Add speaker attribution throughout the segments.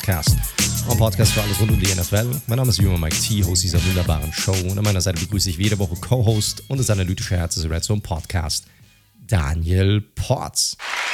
Speaker 1: Podcast. Ein Podcast für alles rund um die NFL. Mein Name ist Junior Mike T, Host dieser wunderbaren Show. Und an meiner Seite begrüße ich jede Woche Co-Host und das analytische Herz des Red Zone Podcast, Daniel Porz.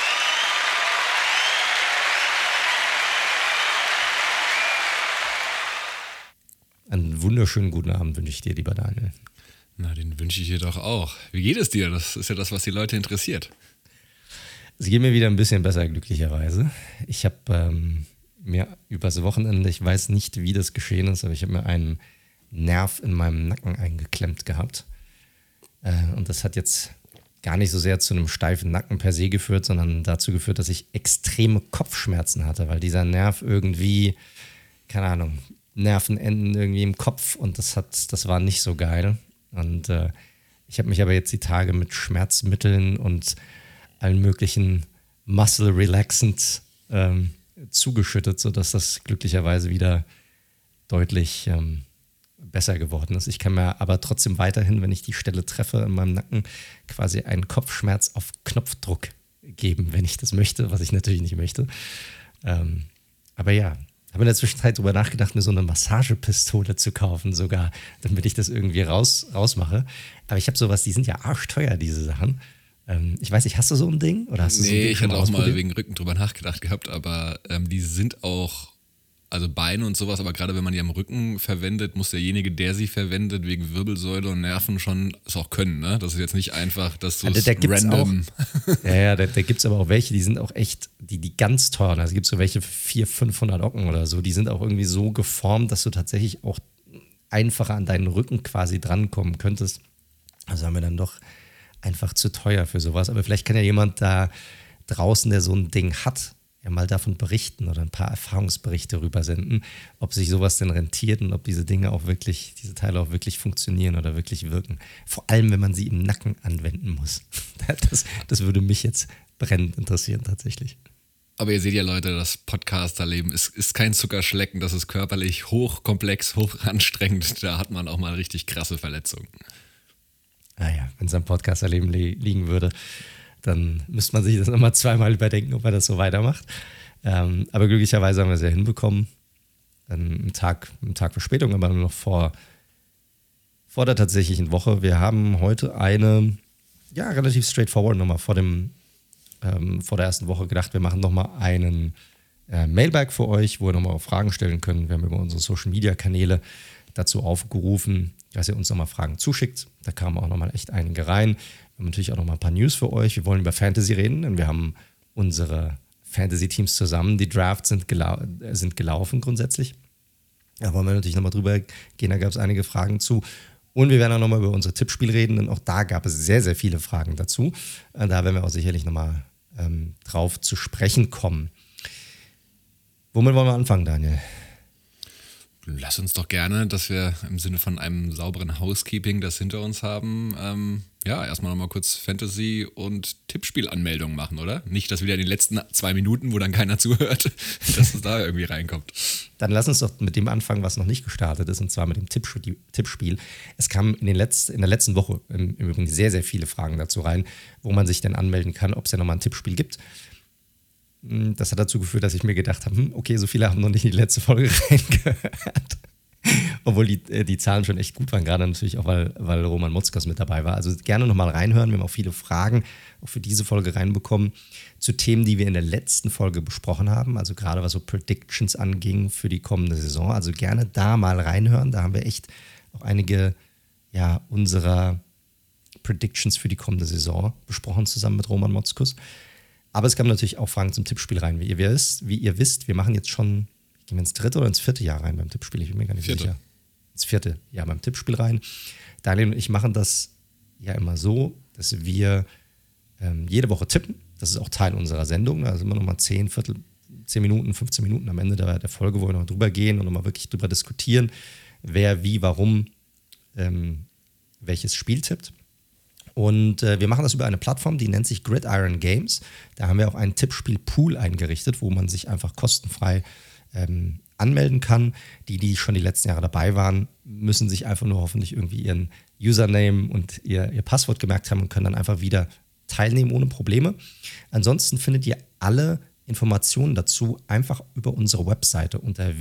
Speaker 1: Einen wunderschönen guten Abend wünsche ich dir, lieber Daniel.
Speaker 2: Na, den wünsche ich dir doch auch. Wie geht es dir? Das ist ja das, was die Leute interessiert.
Speaker 1: Es geht mir wieder ein bisschen besser, glücklicherweise. Ich habe mir übers Wochenende, ich weiß nicht, wie das geschehen ist, aber ich habe mir einen Nerv in meinem Nacken eingeklemmt gehabt. Und das hat jetzt gar nicht so sehr zu einem steifen Nacken per se geführt, sondern dazu geführt, dass ich extreme Kopfschmerzen hatte, weil dieser Nerv irgendwie, keine Ahnung, Nervenenden irgendwie im Kopf und das war nicht so geil. Und ich habe mich aber jetzt die Tage mit Schmerzmitteln und allen möglichen Muscle Relaxants zugeschüttet, sodass das glücklicherweise wieder deutlich besser geworden ist. Ich kann mir aber trotzdem weiterhin, wenn ich die Stelle treffe in meinem Nacken, quasi einen Kopfschmerz auf Knopfdruck geben, wenn ich das möchte, was ich natürlich nicht möchte. Aber ja, habe in der Zwischenzeit darüber nachgedacht, mir so eine Massagepistole zu kaufen sogar, damit ich das irgendwie rausmache. Aber ich habe sowas, die sind ja arschteuer, diese Sachen. Ich weiß nicht, hast du so ein Ding? Oder hast du so ein Ding
Speaker 2: ich hatte auch mal wegen Rücken drüber nachgedacht gehabt, aber die sind auch, also Beine und sowas, aber gerade wenn man die am Rücken verwendet, muss derjenige, der sie verwendet, wegen Wirbelsäule und Nerven schon es auch können, ne? Das ist jetzt nicht einfach, dass du es random...
Speaker 1: Da gibt es aber auch welche, die sind auch echt, die ganz teuren. Also gibt es so welche für 400-500 Ocken oder so, die sind auch irgendwie so geformt, dass du tatsächlich auch einfacher an deinen Rücken quasi drankommen könntest. Also haben wir dann doch einfach zu teuer für sowas. Aber vielleicht kann ja jemand da draußen, der so ein Ding hat, ja mal davon berichten oder ein paar Erfahrungsberichte rübersenden, ob sich sowas denn rentiert und ob diese Teile auch wirklich funktionieren oder wirklich wirken. Vor allem, wenn man sie im Nacken anwenden muss. Das würde mich jetzt brennend interessieren tatsächlich.
Speaker 2: Aber ihr seht ja, Leute, das Podcasterleben ist kein Zuckerschlecken, das ist körperlich hochkomplex, hoch anstrengend. Da hat man auch mal richtig krasse Verletzungen.
Speaker 1: Naja, wenn es am Podcasterleben liegen würde, dann müsste man sich das nochmal zweimal überdenken, ob man das so weitermacht. Aber glücklicherweise haben wir es ja hinbekommen. Dann einen Tag Verspätung, aber nur noch vor der tatsächlichen Woche. Wir haben heute eine, ja, relativ straightforward nochmal vor der ersten Woche gedacht, wir machen nochmal einen Mailbag für euch, wo ihr nochmal Fragen stellen könnt. Wir haben über unsere Social-Media-Kanäle dazu aufgerufen, dass ihr uns nochmal Fragen zuschickt. Da kamen auch nochmal echt einige rein. Wir haben natürlich auch nochmal ein paar News für euch. Wir wollen über Fantasy reden, denn wir haben unsere Fantasy-Teams zusammen. Die Drafts sind gelaufen grundsätzlich. Da wollen wir natürlich nochmal drüber gehen. Da gab es einige Fragen zu. Und wir werden auch nochmal über unser Tippspiel reden, denn auch da gab es sehr, sehr viele Fragen dazu. Da werden wir auch sicherlich nochmal drauf zu sprechen kommen. Womit wollen wir anfangen, Daniel?
Speaker 2: Lass uns doch gerne, dass wir im Sinne von einem sauberen Housekeeping das hinter uns haben, erstmal nochmal kurz Fantasy- und Tippspielanmeldungen machen, oder? Nicht, dass wieder in den letzten 2 Minuten, wo dann keiner zuhört, dass es da irgendwie reinkommt.
Speaker 1: Dann lass uns doch mit dem anfangen, was noch nicht gestartet ist, und zwar mit dem Tippspiel. Es kamen in der letzten Woche im Übrigen sehr, sehr viele Fragen dazu rein, wo man sich denn anmelden kann, ob es ja nochmal ein Tippspiel gibt. Das hat dazu geführt, dass ich mir gedacht habe, okay, so viele haben noch nicht in die letzte Folge reingehört. Obwohl die Zahlen schon echt gut waren, gerade natürlich auch, weil Roman Motzkos mit dabei war. Also gerne nochmal reinhören. Wir haben auch viele Fragen auch für diese Folge reinbekommen zu Themen, die wir in der letzten Folge besprochen haben. Also gerade was so Predictions anging für die kommende Saison. Also gerne da mal reinhören. Da haben wir echt auch einige unserer Predictions für die kommende Saison besprochen, zusammen mit Roman Motzkos. Aber es kamen natürlich auch Fragen zum Tippspiel rein. Wie ihr wisst, wir machen jetzt schon, gehen wir ins 3. oder ins 4. Jahr rein beim Tippspiel? Ich bin mir gar nicht sicher. Ins 4. Jahr beim Tippspiel rein. Daniel und ich machen das ja immer so, dass wir jede Woche tippen. Das ist auch Teil unserer Sendung. Da sind wir nochmal 10 Minuten, 15 Minuten am Ende der Folge, wo wir noch drüber gehen und nochmal wirklich drüber diskutieren, wer, wie, warum welches Spiel tippt. Und wir machen das über eine Plattform, die nennt sich Gridiron Games. Da haben wir auch einen Tippspiel-Pool eingerichtet, wo man sich einfach kostenfrei anmelden kann. Die schon die letzten Jahre dabei waren, müssen sich einfach nur hoffentlich irgendwie ihren Username und ihr Passwort gemerkt haben und können dann einfach wieder teilnehmen ohne Probleme. Ansonsten findet ihr alle Informationen dazu einfach über unsere Webseite unter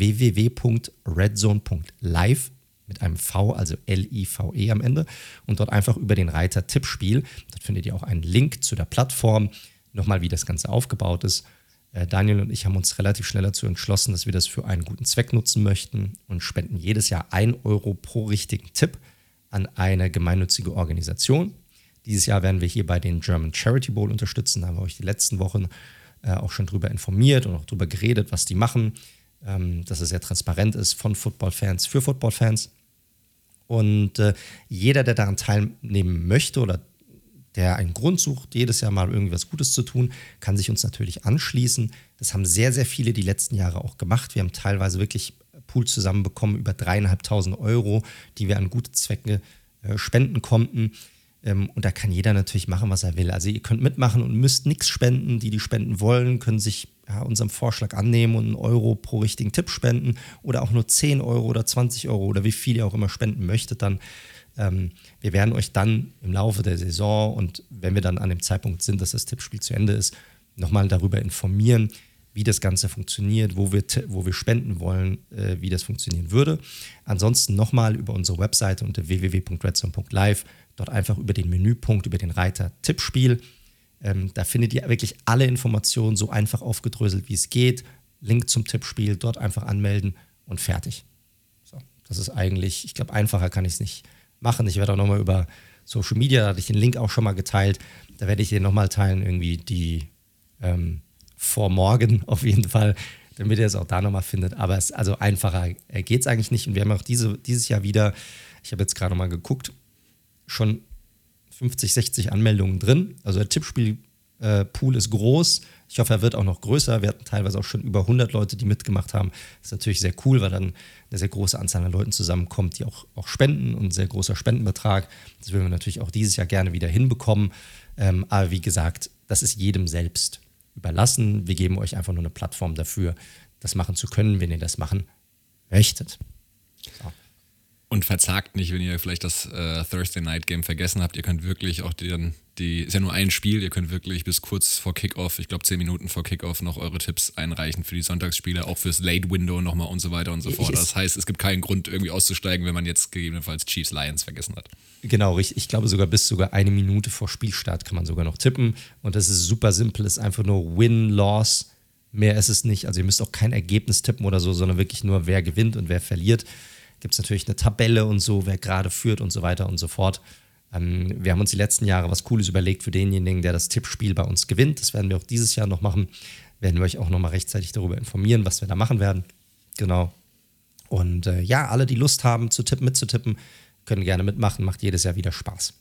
Speaker 1: www.redzone.live mit einem V, also L-I-V-E am Ende, und dort einfach über den Reiter Tippspiel. Dort findet ihr auch einen Link zu der Plattform, nochmal wie das Ganze aufgebaut ist. Daniel und ich haben uns relativ schnell dazu entschlossen, dass wir das für einen guten Zweck nutzen möchten und spenden jedes Jahr 1 Euro pro richtigen Tipp an eine gemeinnützige Organisation. Dieses Jahr werden wir hier bei den German Charity Bowl unterstützen. Da haben wir euch die letzten Wochen auch schon drüber informiert und auch drüber geredet, was die machen, dass es sehr transparent ist von Footballfans für Footballfans. Und jeder, der daran teilnehmen möchte oder der einen Grund sucht, jedes Jahr mal irgendwie was Gutes zu tun, kann sich uns natürlich anschließen. Das haben sehr, sehr viele die letzten Jahre auch gemacht. Wir haben teilweise wirklich Pools zusammenbekommen, über 3.500 Euro, die wir an gute Zwecke spenden konnten. Und da kann jeder natürlich machen, was er will. Also ihr könnt mitmachen und müsst nichts spenden. Die spenden wollen, können sich unserem Vorschlag annehmen und 1 Euro pro richtigen Tipp spenden oder auch nur 10 Euro oder 20 Euro oder wie viel ihr auch immer spenden möchtet dann. Wir werden euch dann im Laufe der Saison und wenn wir dann an dem Zeitpunkt sind, dass das Tippspiel zu Ende ist, nochmal darüber informieren, wie das Ganze funktioniert, wo wir spenden wollen, wie das funktionieren würde. Ansonsten nochmal über unsere Webseite unter www.redzone.live, dort einfach über den Menüpunkt, über den Reiter Tippspiel. Da findet ihr wirklich alle Informationen so einfach aufgedröselt, wie es geht. Link zum Tippspiel, dort einfach anmelden und fertig. So, das ist eigentlich, ich glaube, einfacher kann ich es nicht machen. Ich werde auch nochmal über Social Media, da hatte ich den Link auch schon mal geteilt, da werde ich den nochmal teilen, irgendwie die vor morgen auf jeden Fall, damit ihr es auch da nochmal findet. Aber es, also einfacher geht es eigentlich nicht. Und wir haben auch dieses Jahr wieder, ich habe jetzt gerade mal geguckt, schon 50, 60 Anmeldungen drin. Also der Tippspiel-Pool ist groß. Ich hoffe, er wird auch noch größer. Wir hatten teilweise auch schon über 100 Leute, die mitgemacht haben. Das ist natürlich sehr cool, weil dann eine sehr große Anzahl an Leuten zusammenkommt, die auch spenden und ein sehr großer Spendenbetrag. Das würden wir natürlich auch dieses Jahr gerne wieder hinbekommen. Aber wie gesagt, das ist jedem selbst überlassen. Wir geben euch einfach nur eine Plattform dafür, das machen zu können, wenn ihr das machen möchtet. So.
Speaker 2: Und verzagt nicht, wenn ihr vielleicht das Thursday Night Game vergessen habt. Ihr könnt wirklich auch ist ja nur ein Spiel, ihr könnt wirklich bis kurz vor Kickoff, ich glaube 10 Minuten vor Kickoff, noch eure Tipps einreichen für die Sonntagsspiele, auch fürs Late Window nochmal und so weiter und so fort. Das heißt, es gibt keinen Grund, irgendwie auszusteigen, wenn man jetzt gegebenenfalls Chiefs Lions vergessen hat. Genau, richtig.
Speaker 1: Ich glaube bis sogar 1 Minute vor Spielstart kann man sogar noch tippen. Und das ist super simpel, ist einfach nur Win, Loss. Mehr ist es nicht. Also ihr müsst auch kein Ergebnis tippen oder so, sondern wirklich nur, wer gewinnt und wer verliert. Gibt es natürlich eine Tabelle und so, wer gerade führt und so weiter und so fort. Wir haben uns die letzten Jahre was Cooles überlegt für denjenigen, der das Tippspiel bei uns gewinnt. Das werden wir auch dieses Jahr noch machen. Werden wir euch auch noch mal rechtzeitig darüber informieren, was wir da machen werden. Genau. Und alle, die Lust haben, mitzutippen, können gerne mitmachen. Macht jedes Jahr wieder Spaß.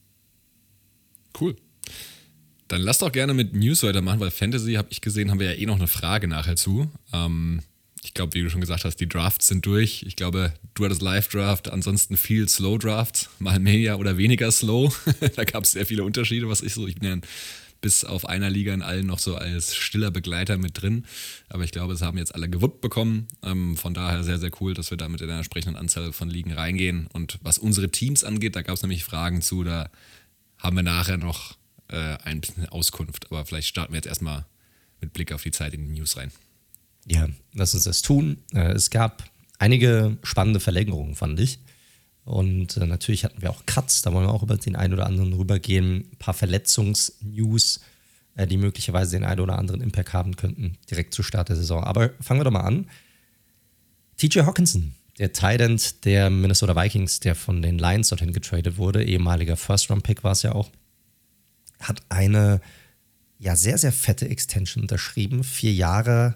Speaker 2: Cool. Dann lasst doch gerne mit News weitermachen, weil Fantasy, habe ich gesehen, haben wir ja noch eine Frage nachher zu. Ich glaube, wie du schon gesagt hast, die Drafts sind durch. Ich glaube, du hattest Live-Draft, ansonsten viel Slow-Draft, mal mehr oder weniger slow. Da gab es sehr viele Unterschiede, ich bin ja bis auf einer Liga in allen noch so als stiller Begleiter mit drin. Aber ich glaube, es haben jetzt alle gewuppt bekommen. Von daher sehr, sehr cool, dass wir da mit der entsprechenden Anzahl von Ligen reingehen. Und was unsere Teams angeht, da gab es nämlich Fragen zu, da haben wir nachher noch ein bisschen Auskunft. Aber vielleicht starten wir jetzt erstmal mit Blick auf die Zeit in die News rein.
Speaker 1: Ja, lass uns das tun. Es gab einige spannende Verlängerungen, fand ich. Und natürlich hatten wir auch Cuts, da wollen wir auch über den einen oder anderen rübergehen. Ein paar Verletzungsnews, die möglicherweise den einen oder anderen Impact haben könnten, direkt zu Start der Saison. Aber fangen wir doch mal an. TJ Hockenson, der Tight End der Minnesota Vikings, der von den Lions dorthin getradet wurde, ehemaliger First-Round-Pick war es ja auch, hat eine sehr, sehr fette Extension unterschrieben. 4 Jahre,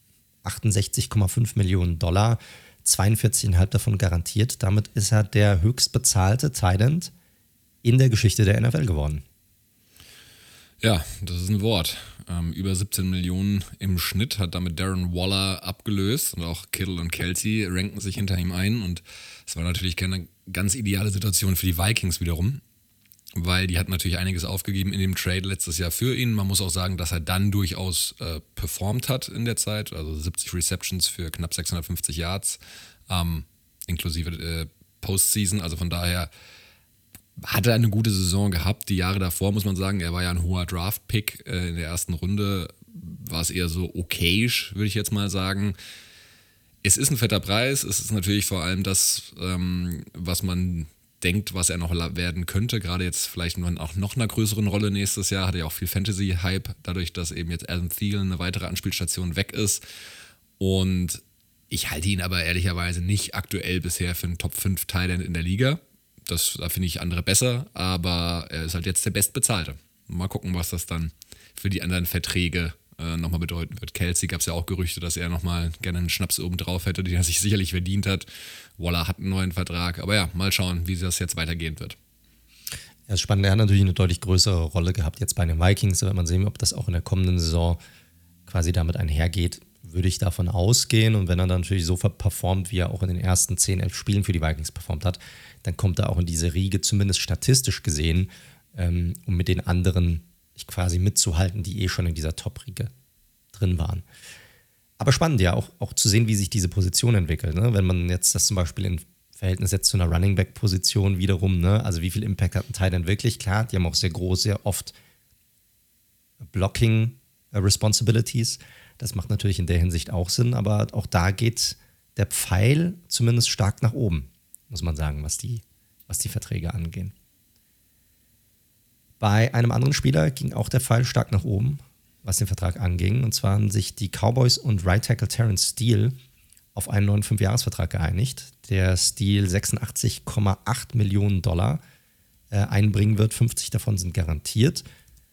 Speaker 1: 68,5 Millionen $, 42,5 davon garantiert. Damit ist er der höchstbezahlte Tight End in der Geschichte der NFL geworden.
Speaker 2: Ja, das ist ein Wort. Über 17 Millionen im Schnitt hat damit Darren Waller abgelöst und auch Kittle und Kelsey ranken sich hinter ihm ein. Und es war natürlich keine ganz ideale Situation für die Vikings wiederum, weil die hatten natürlich einiges aufgegeben in dem Trade letztes Jahr für ihn. Man muss auch sagen, dass er dann durchaus performt hat in der Zeit, also 70 Receptions für knapp 650 Yards, inklusive Postseason, also von daher hat er eine gute Saison gehabt. Die Jahre davor muss man sagen, er war ja ein hoher Draft-Pick in der ersten Runde, war es eher so okayisch, würde ich jetzt mal sagen. Es ist ein fetter Preis. Es ist natürlich vor allem das, was man denkt, was er noch werden könnte. Gerade jetzt vielleicht auch noch einer größeren Rolle nächstes Jahr. Hat ja auch viel Fantasy-Hype, dadurch, dass eben jetzt Adam Thielen eine weitere Anspielstation weg ist. Und ich halte ihn aber ehrlicherweise nicht aktuell bisher für einen Top-5-Tight-End in der Liga. Da finde ich andere besser, aber er ist halt jetzt der Bestbezahlte. Mal gucken, was das dann für die anderen Verträge nochmal bedeuten wird. Kelsey gab es ja auch Gerüchte, dass er nochmal gerne einen Schnaps oben drauf hätte, den er sich sicherlich verdient hat. Waller hat einen neuen Vertrag. Aber ja, mal schauen, wie das jetzt weitergehen wird.
Speaker 1: Ja, ist spannend. Er hat natürlich eine deutlich größere Rolle gehabt jetzt bei den Vikings. Da wird man sehen, ob das auch in der kommenden Saison quasi damit einhergeht. Würde ich davon ausgehen. Und wenn er dann natürlich so performt, wie er auch in den ersten 10, 11 Spielen für die Vikings performt hat, dann kommt er auch in diese Riege, zumindest statistisch gesehen, um mit den anderen quasi mitzuhalten, die schon in dieser Top-Riege drin waren. Aber spannend ja, auch zu sehen, wie sich diese Position entwickelt. Ne? Wenn man jetzt das zum Beispiel in Verhältnis setzt zu einer Running-Back-Position wiederum, ne? Also wie viel Impact hat ein Tight End wirklich? Klar, die haben auch sehr groß, sehr oft Blocking-Responsibilities. Das macht natürlich in der Hinsicht auch Sinn, aber auch da geht der Pfeil zumindest stark nach oben, muss man sagen, was die Verträge angehen. Bei einem anderen Spieler ging auch der Pfeil stark nach oben, was den Vertrag anging. Und zwar haben sich die Cowboys und Right Tackle Terrence Steele auf einen neuen 5-Jahres-Vertrag geeinigt. Der Steele 86,8 Millionen $, einbringen wird. 50 davon sind garantiert.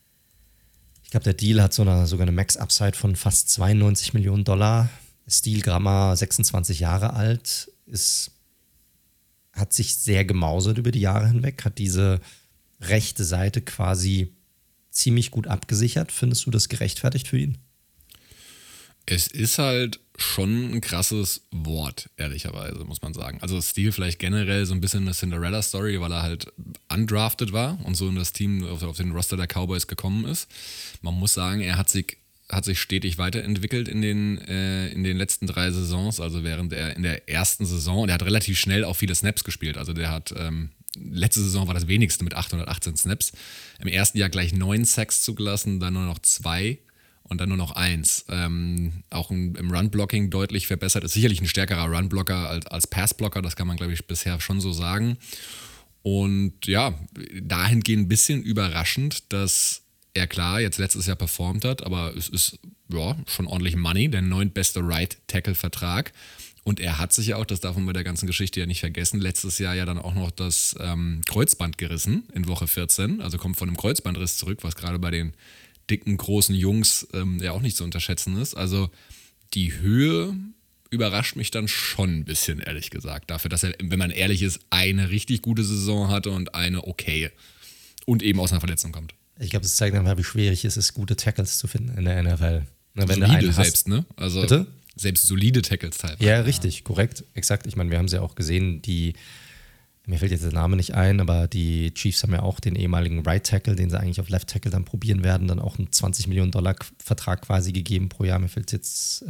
Speaker 1: Ich glaube, der Deal hat sogar eine Max-Upside von fast 92 Millionen $. Steele Grammer, 26 Jahre alt, hat sich sehr gemausert über die Jahre hinweg, hat diese rechte Seite quasi ziemlich gut abgesichert. Findest du das gerechtfertigt für ihn?
Speaker 2: Es ist halt schon ein krasses Wort, ehrlicherweise, muss man sagen. Also Steele vielleicht generell so ein bisschen eine Cinderella-Story, weil er halt undrafted war und so in das Team auf den Roster der Cowboys gekommen ist. Man muss sagen, er hat sich stetig weiterentwickelt in den letzten 3 Saisons. Also während er in der ersten Saison, der hat relativ schnell auch viele Snaps gespielt. Also der hat letzte Saison war das wenigste mit 818 Snaps. Im ersten Jahr gleich 9 Sacks zugelassen, dann nur noch 2 und dann nur noch 1. Auch im Run-Blocking deutlich verbessert. Ist sicherlich ein stärkerer Run-Blocker als Pass-Blocker, das kann man, glaube ich, bisher schon so sagen. Und ja, dahingehend ein bisschen überraschend, dass er klar jetzt letztes Jahr performt hat, aber es ist ja schon ordentlich Money, der 9. beste Right-Tackle-Vertrag. Und er hat sich ja auch, das darf man bei der ganzen Geschichte ja nicht vergessen, letztes Jahr ja dann auch noch das Kreuzband gerissen in Woche 14. Also kommt von einem Kreuzbandriss zurück, was gerade bei den dicken, großen Jungs ja auch nicht zu unterschätzen ist. Also die Höhe überrascht mich dann schon ein bisschen, ehrlich gesagt. Dafür, dass er, wenn man ehrlich ist, eine richtig gute Saison hatte und eine okay. Und eben aus einer Verletzung kommt.
Speaker 1: Ich glaube, das zeigt einfach, wie schwierig es ist, gute Tackles zu finden in der NFL. Wenn
Speaker 2: solide
Speaker 1: du einen
Speaker 2: selbst,
Speaker 1: hast,
Speaker 2: ne? Also
Speaker 1: bitte?
Speaker 2: Selbst solide Tackles teilweise.
Speaker 1: Ja, richtig, korrekt, exakt. Ich meine, wir haben es ja auch gesehen, mir fällt jetzt der Name nicht ein, aber die Chiefs haben ja auch den ehemaligen Right Tackle, den sie eigentlich auf Left Tackle dann probieren werden, dann auch einen 20 Millionen $ Vertrag quasi gegeben pro Jahr. Mir fällt jetzt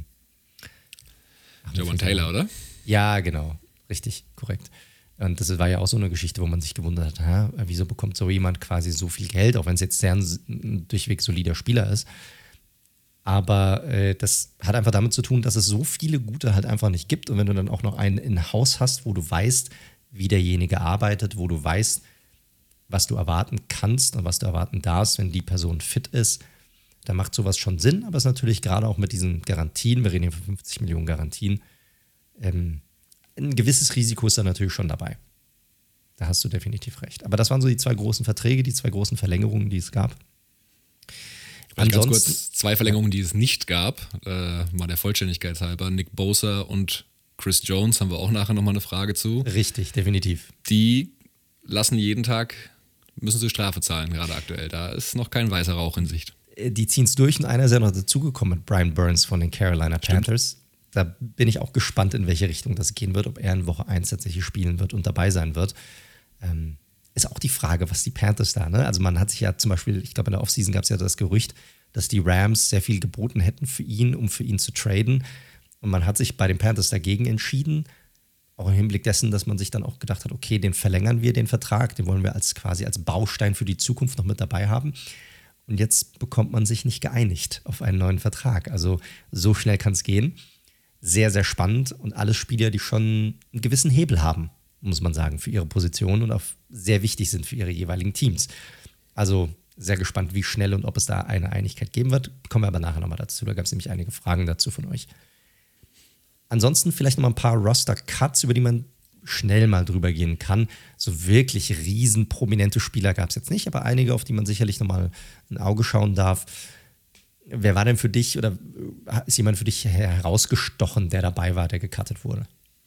Speaker 2: Javon Taylor, oder?
Speaker 1: Ja, genau, richtig, korrekt. Und das war ja auch so eine Geschichte, wo man sich gewundert hat, wieso bekommt so jemand quasi so viel Geld, auch wenn es jetzt sehr ein durchweg solider Spieler ist. Aber das hat einfach damit zu tun, dass es so viele gute halt einfach nicht gibt. Und wenn du dann auch noch einen in-house hast, wo du weißt, wie derjenige arbeitet, wo du weißt, was du erwarten kannst und was du erwarten darfst, wenn die Person fit ist, dann macht sowas schon Sinn. Aber es ist natürlich gerade auch mit diesen Garantien, wir reden hier von 50 Millionen Garantien, ein gewisses Risiko ist da natürlich schon dabei. Da hast du definitiv recht. Aber das waren so die 2 großen Verträge, die 2 großen Verlängerungen, die es gab.
Speaker 2: Ganz kurz, 2 Verlängerungen, die es nicht gab, mal der Vollständigkeit halber. Nick Bosa und Chris Jones, haben wir auch nachher nochmal eine Frage zu.
Speaker 1: Richtig, definitiv.
Speaker 2: Die müssen sie Strafe zahlen, gerade aktuell. Da ist noch kein weißer Rauch in Sicht.
Speaker 1: Die ziehen es durch und einer ist ja noch dazugekommen mit Brian Burns von den Carolina Panthers. Da bin ich auch gespannt, in welche Richtung das gehen wird, ob er in Woche 1 tatsächlich spielen wird und dabei sein wird. Ist auch die Frage, was die Panthers da, ne? Also man hat sich ja zum Beispiel, ich glaube in der Offseason gab es ja das Gerücht, dass die Rams sehr viel geboten hätten für ihn, um für ihn zu traden. Und man hat sich bei den Panthers dagegen entschieden, auch im Hinblick dessen, dass man sich dann auch gedacht hat, okay, den verlängern wir, den Vertrag, den wollen wir quasi als Baustein für die Zukunft noch mit dabei haben. Und jetzt bekommt man sich nicht geeinigt auf einen neuen Vertrag. Also so schnell kann es gehen. Sehr, sehr spannend und alles Spieler, die schon einen gewissen Hebel haben, muss man sagen, für ihre Position und auch sehr wichtig sind für ihre jeweiligen Teams. Also sehr gespannt, wie schnell und ob es da eine Einigkeit geben wird. Kommen wir aber nachher nochmal dazu. Da gab es nämlich einige Fragen dazu von euch. Ansonsten vielleicht nochmal ein paar Roster-Cuts, über die man schnell mal drüber gehen kann. So wirklich riesen prominente Spieler gab es jetzt nicht, aber einige, auf die man sicherlich nochmal ein Auge schauen darf. Wer war denn für dich oder ist jemand für dich herausgestochen, der dabei war, der gecuttet wurde?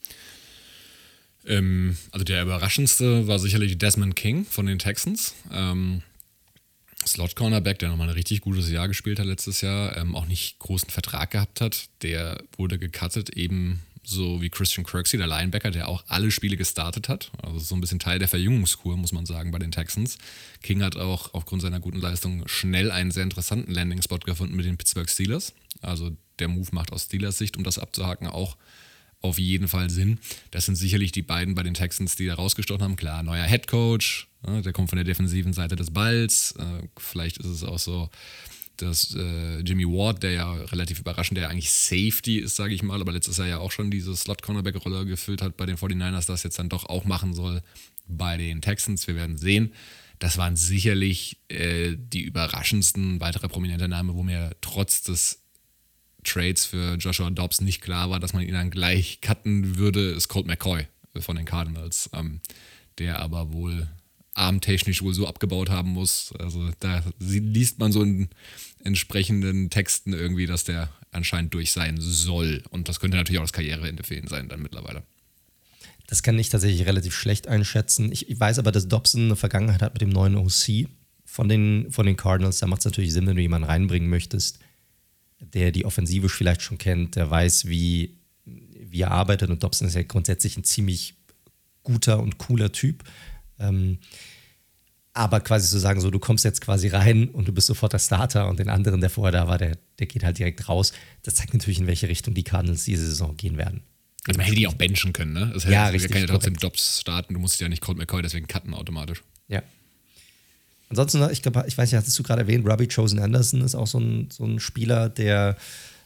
Speaker 2: Also der überraschendste war sicherlich Desmond King von den Texans. Slot-Cornerback, der nochmal ein richtig gutes Jahr gespielt hat letztes Jahr, auch nicht großen Vertrag gehabt hat. Der wurde gecuttet, eben so wie Christian Kirksey, der Linebacker, der auch alle Spiele gestartet hat. Also so ein bisschen Teil der Verjüngungskur, muss man sagen, bei den Texans. King hat auch aufgrund seiner guten Leistung schnell einen sehr interessanten Landing-Spot gefunden mit den Pittsburgh Steelers. Also der Move macht aus Steelers Sicht, um das abzuhaken, auch auf jeden Fall Sinn. Das sind sicherlich die beiden bei den Texans, die da rausgestochen haben. Klar, neuer Headcoach, der kommt von der defensiven Seite des Balls. Vielleicht ist es auch so, dass Jimmy Ward, der ja relativ überraschend, der eigentlich Safety ist, sage ich mal, aber letztes Jahr ja auch schon diese Slot-Cornerback-Rolle gefüllt hat bei den 49ers, das jetzt dann doch auch machen soll bei den Texans. Wir werden sehen. Das waren sicherlich die überraschendsten weitere prominente Namen, wo mir trotz des Trades für Joshua Dobbs nicht klar war, dass man ihn dann gleich cutten würde, ist Colt McCoy von den Cardinals, der aber wohl armtechnisch wohl so abgebaut haben muss. Also da liest man so in entsprechenden Texten irgendwie, dass der anscheinend durch sein soll. Und das könnte natürlich auch das Karriereende für ihn sein dann mittlerweile.
Speaker 1: Das kann ich tatsächlich relativ schlecht einschätzen. Ich weiß aber, dass Dobson eine Vergangenheit hat mit dem neuen OC von den Cardinals. Da macht es natürlich Sinn, wenn du jemanden reinbringen möchtest, der die Offensive vielleicht schon kennt, der weiß, wie er arbeitet. Und Dobson ist ja grundsätzlich ein ziemlich guter und cooler Typ. Aber quasi zu sagen, so du kommst jetzt quasi rein und du bist sofort der Starter und den anderen, der vorher da war, der geht halt direkt raus. Das zeigt natürlich, in welche Richtung die Cardinals diese Saison gehen werden.
Speaker 2: Also man hätte die auch benchen können, ne? Das
Speaker 1: ja, richtig.
Speaker 2: Wir können ja trotzdem Dobbs starten, du musst ja nicht Colt McCoy deswegen cutten automatisch.
Speaker 1: Ja. Ansonsten, ich glaube, ich weiß nicht, hattest du gerade erwähnt, Robbie Chosen-Anderson ist auch so ein Spieler, der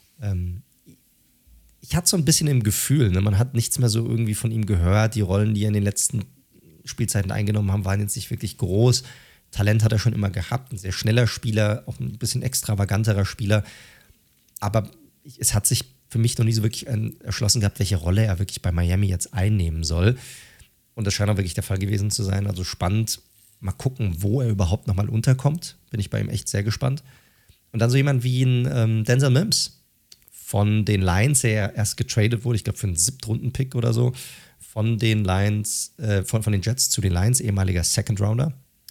Speaker 1: ich hatte so ein bisschen im Gefühl, ne, man hat nichts mehr so irgendwie von ihm gehört. Die Rollen, die er in den letzten Spielzeiten eingenommen haben, waren jetzt nicht wirklich groß. Talent hat er schon immer gehabt, ein sehr schneller Spieler, auch ein bisschen extravaganterer Spieler. Aber es hat sich für mich noch nie so wirklich erschlossen gehabt, welche Rolle er wirklich bei Miami jetzt einnehmen soll. Und das scheint auch wirklich der Fall gewesen zu sein. Also spannend. Mal gucken, wo er überhaupt nochmal unterkommt. Bin ich bei ihm echt sehr gespannt. Und dann so jemand wie ein Denzel Mims von den Lions, der erst getradet wurde, ich glaube für einen 7. Pick oder so, von den Lions, von den Jets zu den Lions, ehemaliger Second-Rounder.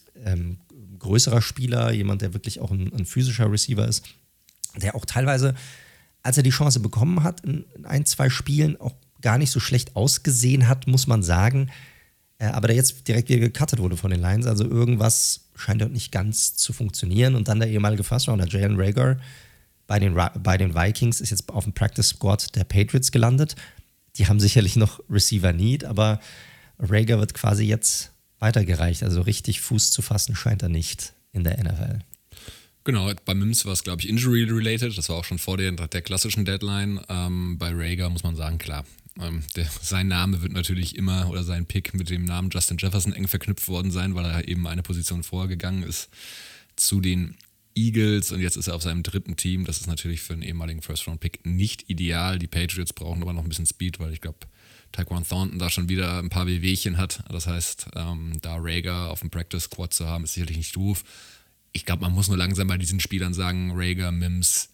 Speaker 1: Größerer Spieler, jemand, der wirklich auch ein physischer Receiver ist, der auch teilweise, als er die Chance bekommen hat, in 1-2 Spielen auch gar nicht so schlecht ausgesehen hat, muss man sagen. Aber der jetzt direkt wieder gecuttet wurde von den Lions. Also irgendwas scheint dort nicht ganz zu funktionieren. Und dann der ehemalige First-Rounder Jalen Reagor bei den Vikings ist jetzt auf dem Practice-Squad der Patriots gelandet. Die haben sicherlich noch Receiver-Need, aber Reagor wird quasi jetzt weitergereicht. Also richtig Fuß zu fassen scheint er nicht in der NFL.
Speaker 2: Genau, bei Mims war es, glaube ich, injury-related. Das war auch schon vor der klassischen Deadline. Bei Reagor muss man sagen, klar, sein Name wird natürlich immer, oder sein Pick mit dem Namen Justin Jefferson eng verknüpft worden sein, weil er eben eine Position vorgegangen ist zu den Eagles und jetzt ist er auf seinem 3. Team. Das ist natürlich für einen ehemaligen First-Round-Pick nicht ideal. Die Patriots brauchen aber noch ein bisschen Speed, weil ich glaube, Tyquan Thornton da schon wieder ein paar Wehwehchen hat. Das heißt, da Reagor auf dem Practice-Squad zu haben, ist sicherlich nicht doof. Ich glaube, man muss nur langsam bei diesen Spielern sagen, Reagor, Mims,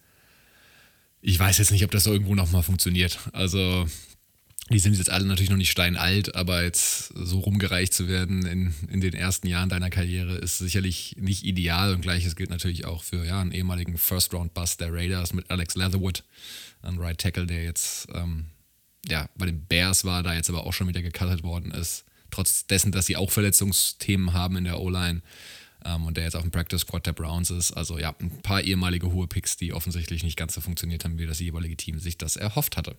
Speaker 2: ich weiß jetzt nicht, ob das so irgendwo nochmal funktioniert. Also die sind jetzt alle natürlich noch nicht steinalt, aber jetzt so rumgereicht zu werden in den ersten Jahren deiner Karriere ist sicherlich nicht ideal. Und Gleiches gilt natürlich auch für einen ehemaligen First-Round-Bust der Raiders mit Alex Leatherwood, ein Right Tackle, der jetzt bei den Bears war, da jetzt aber auch schon wieder gecuttet worden ist. Trotz dessen, dass sie auch Verletzungsthemen haben in der O-Line und der jetzt auf dem Practice-Squad der Browns ist. Also ja, ein paar ehemalige hohe Picks, die offensichtlich nicht ganz so funktioniert haben, wie das jeweilige Team sich das erhofft hatte.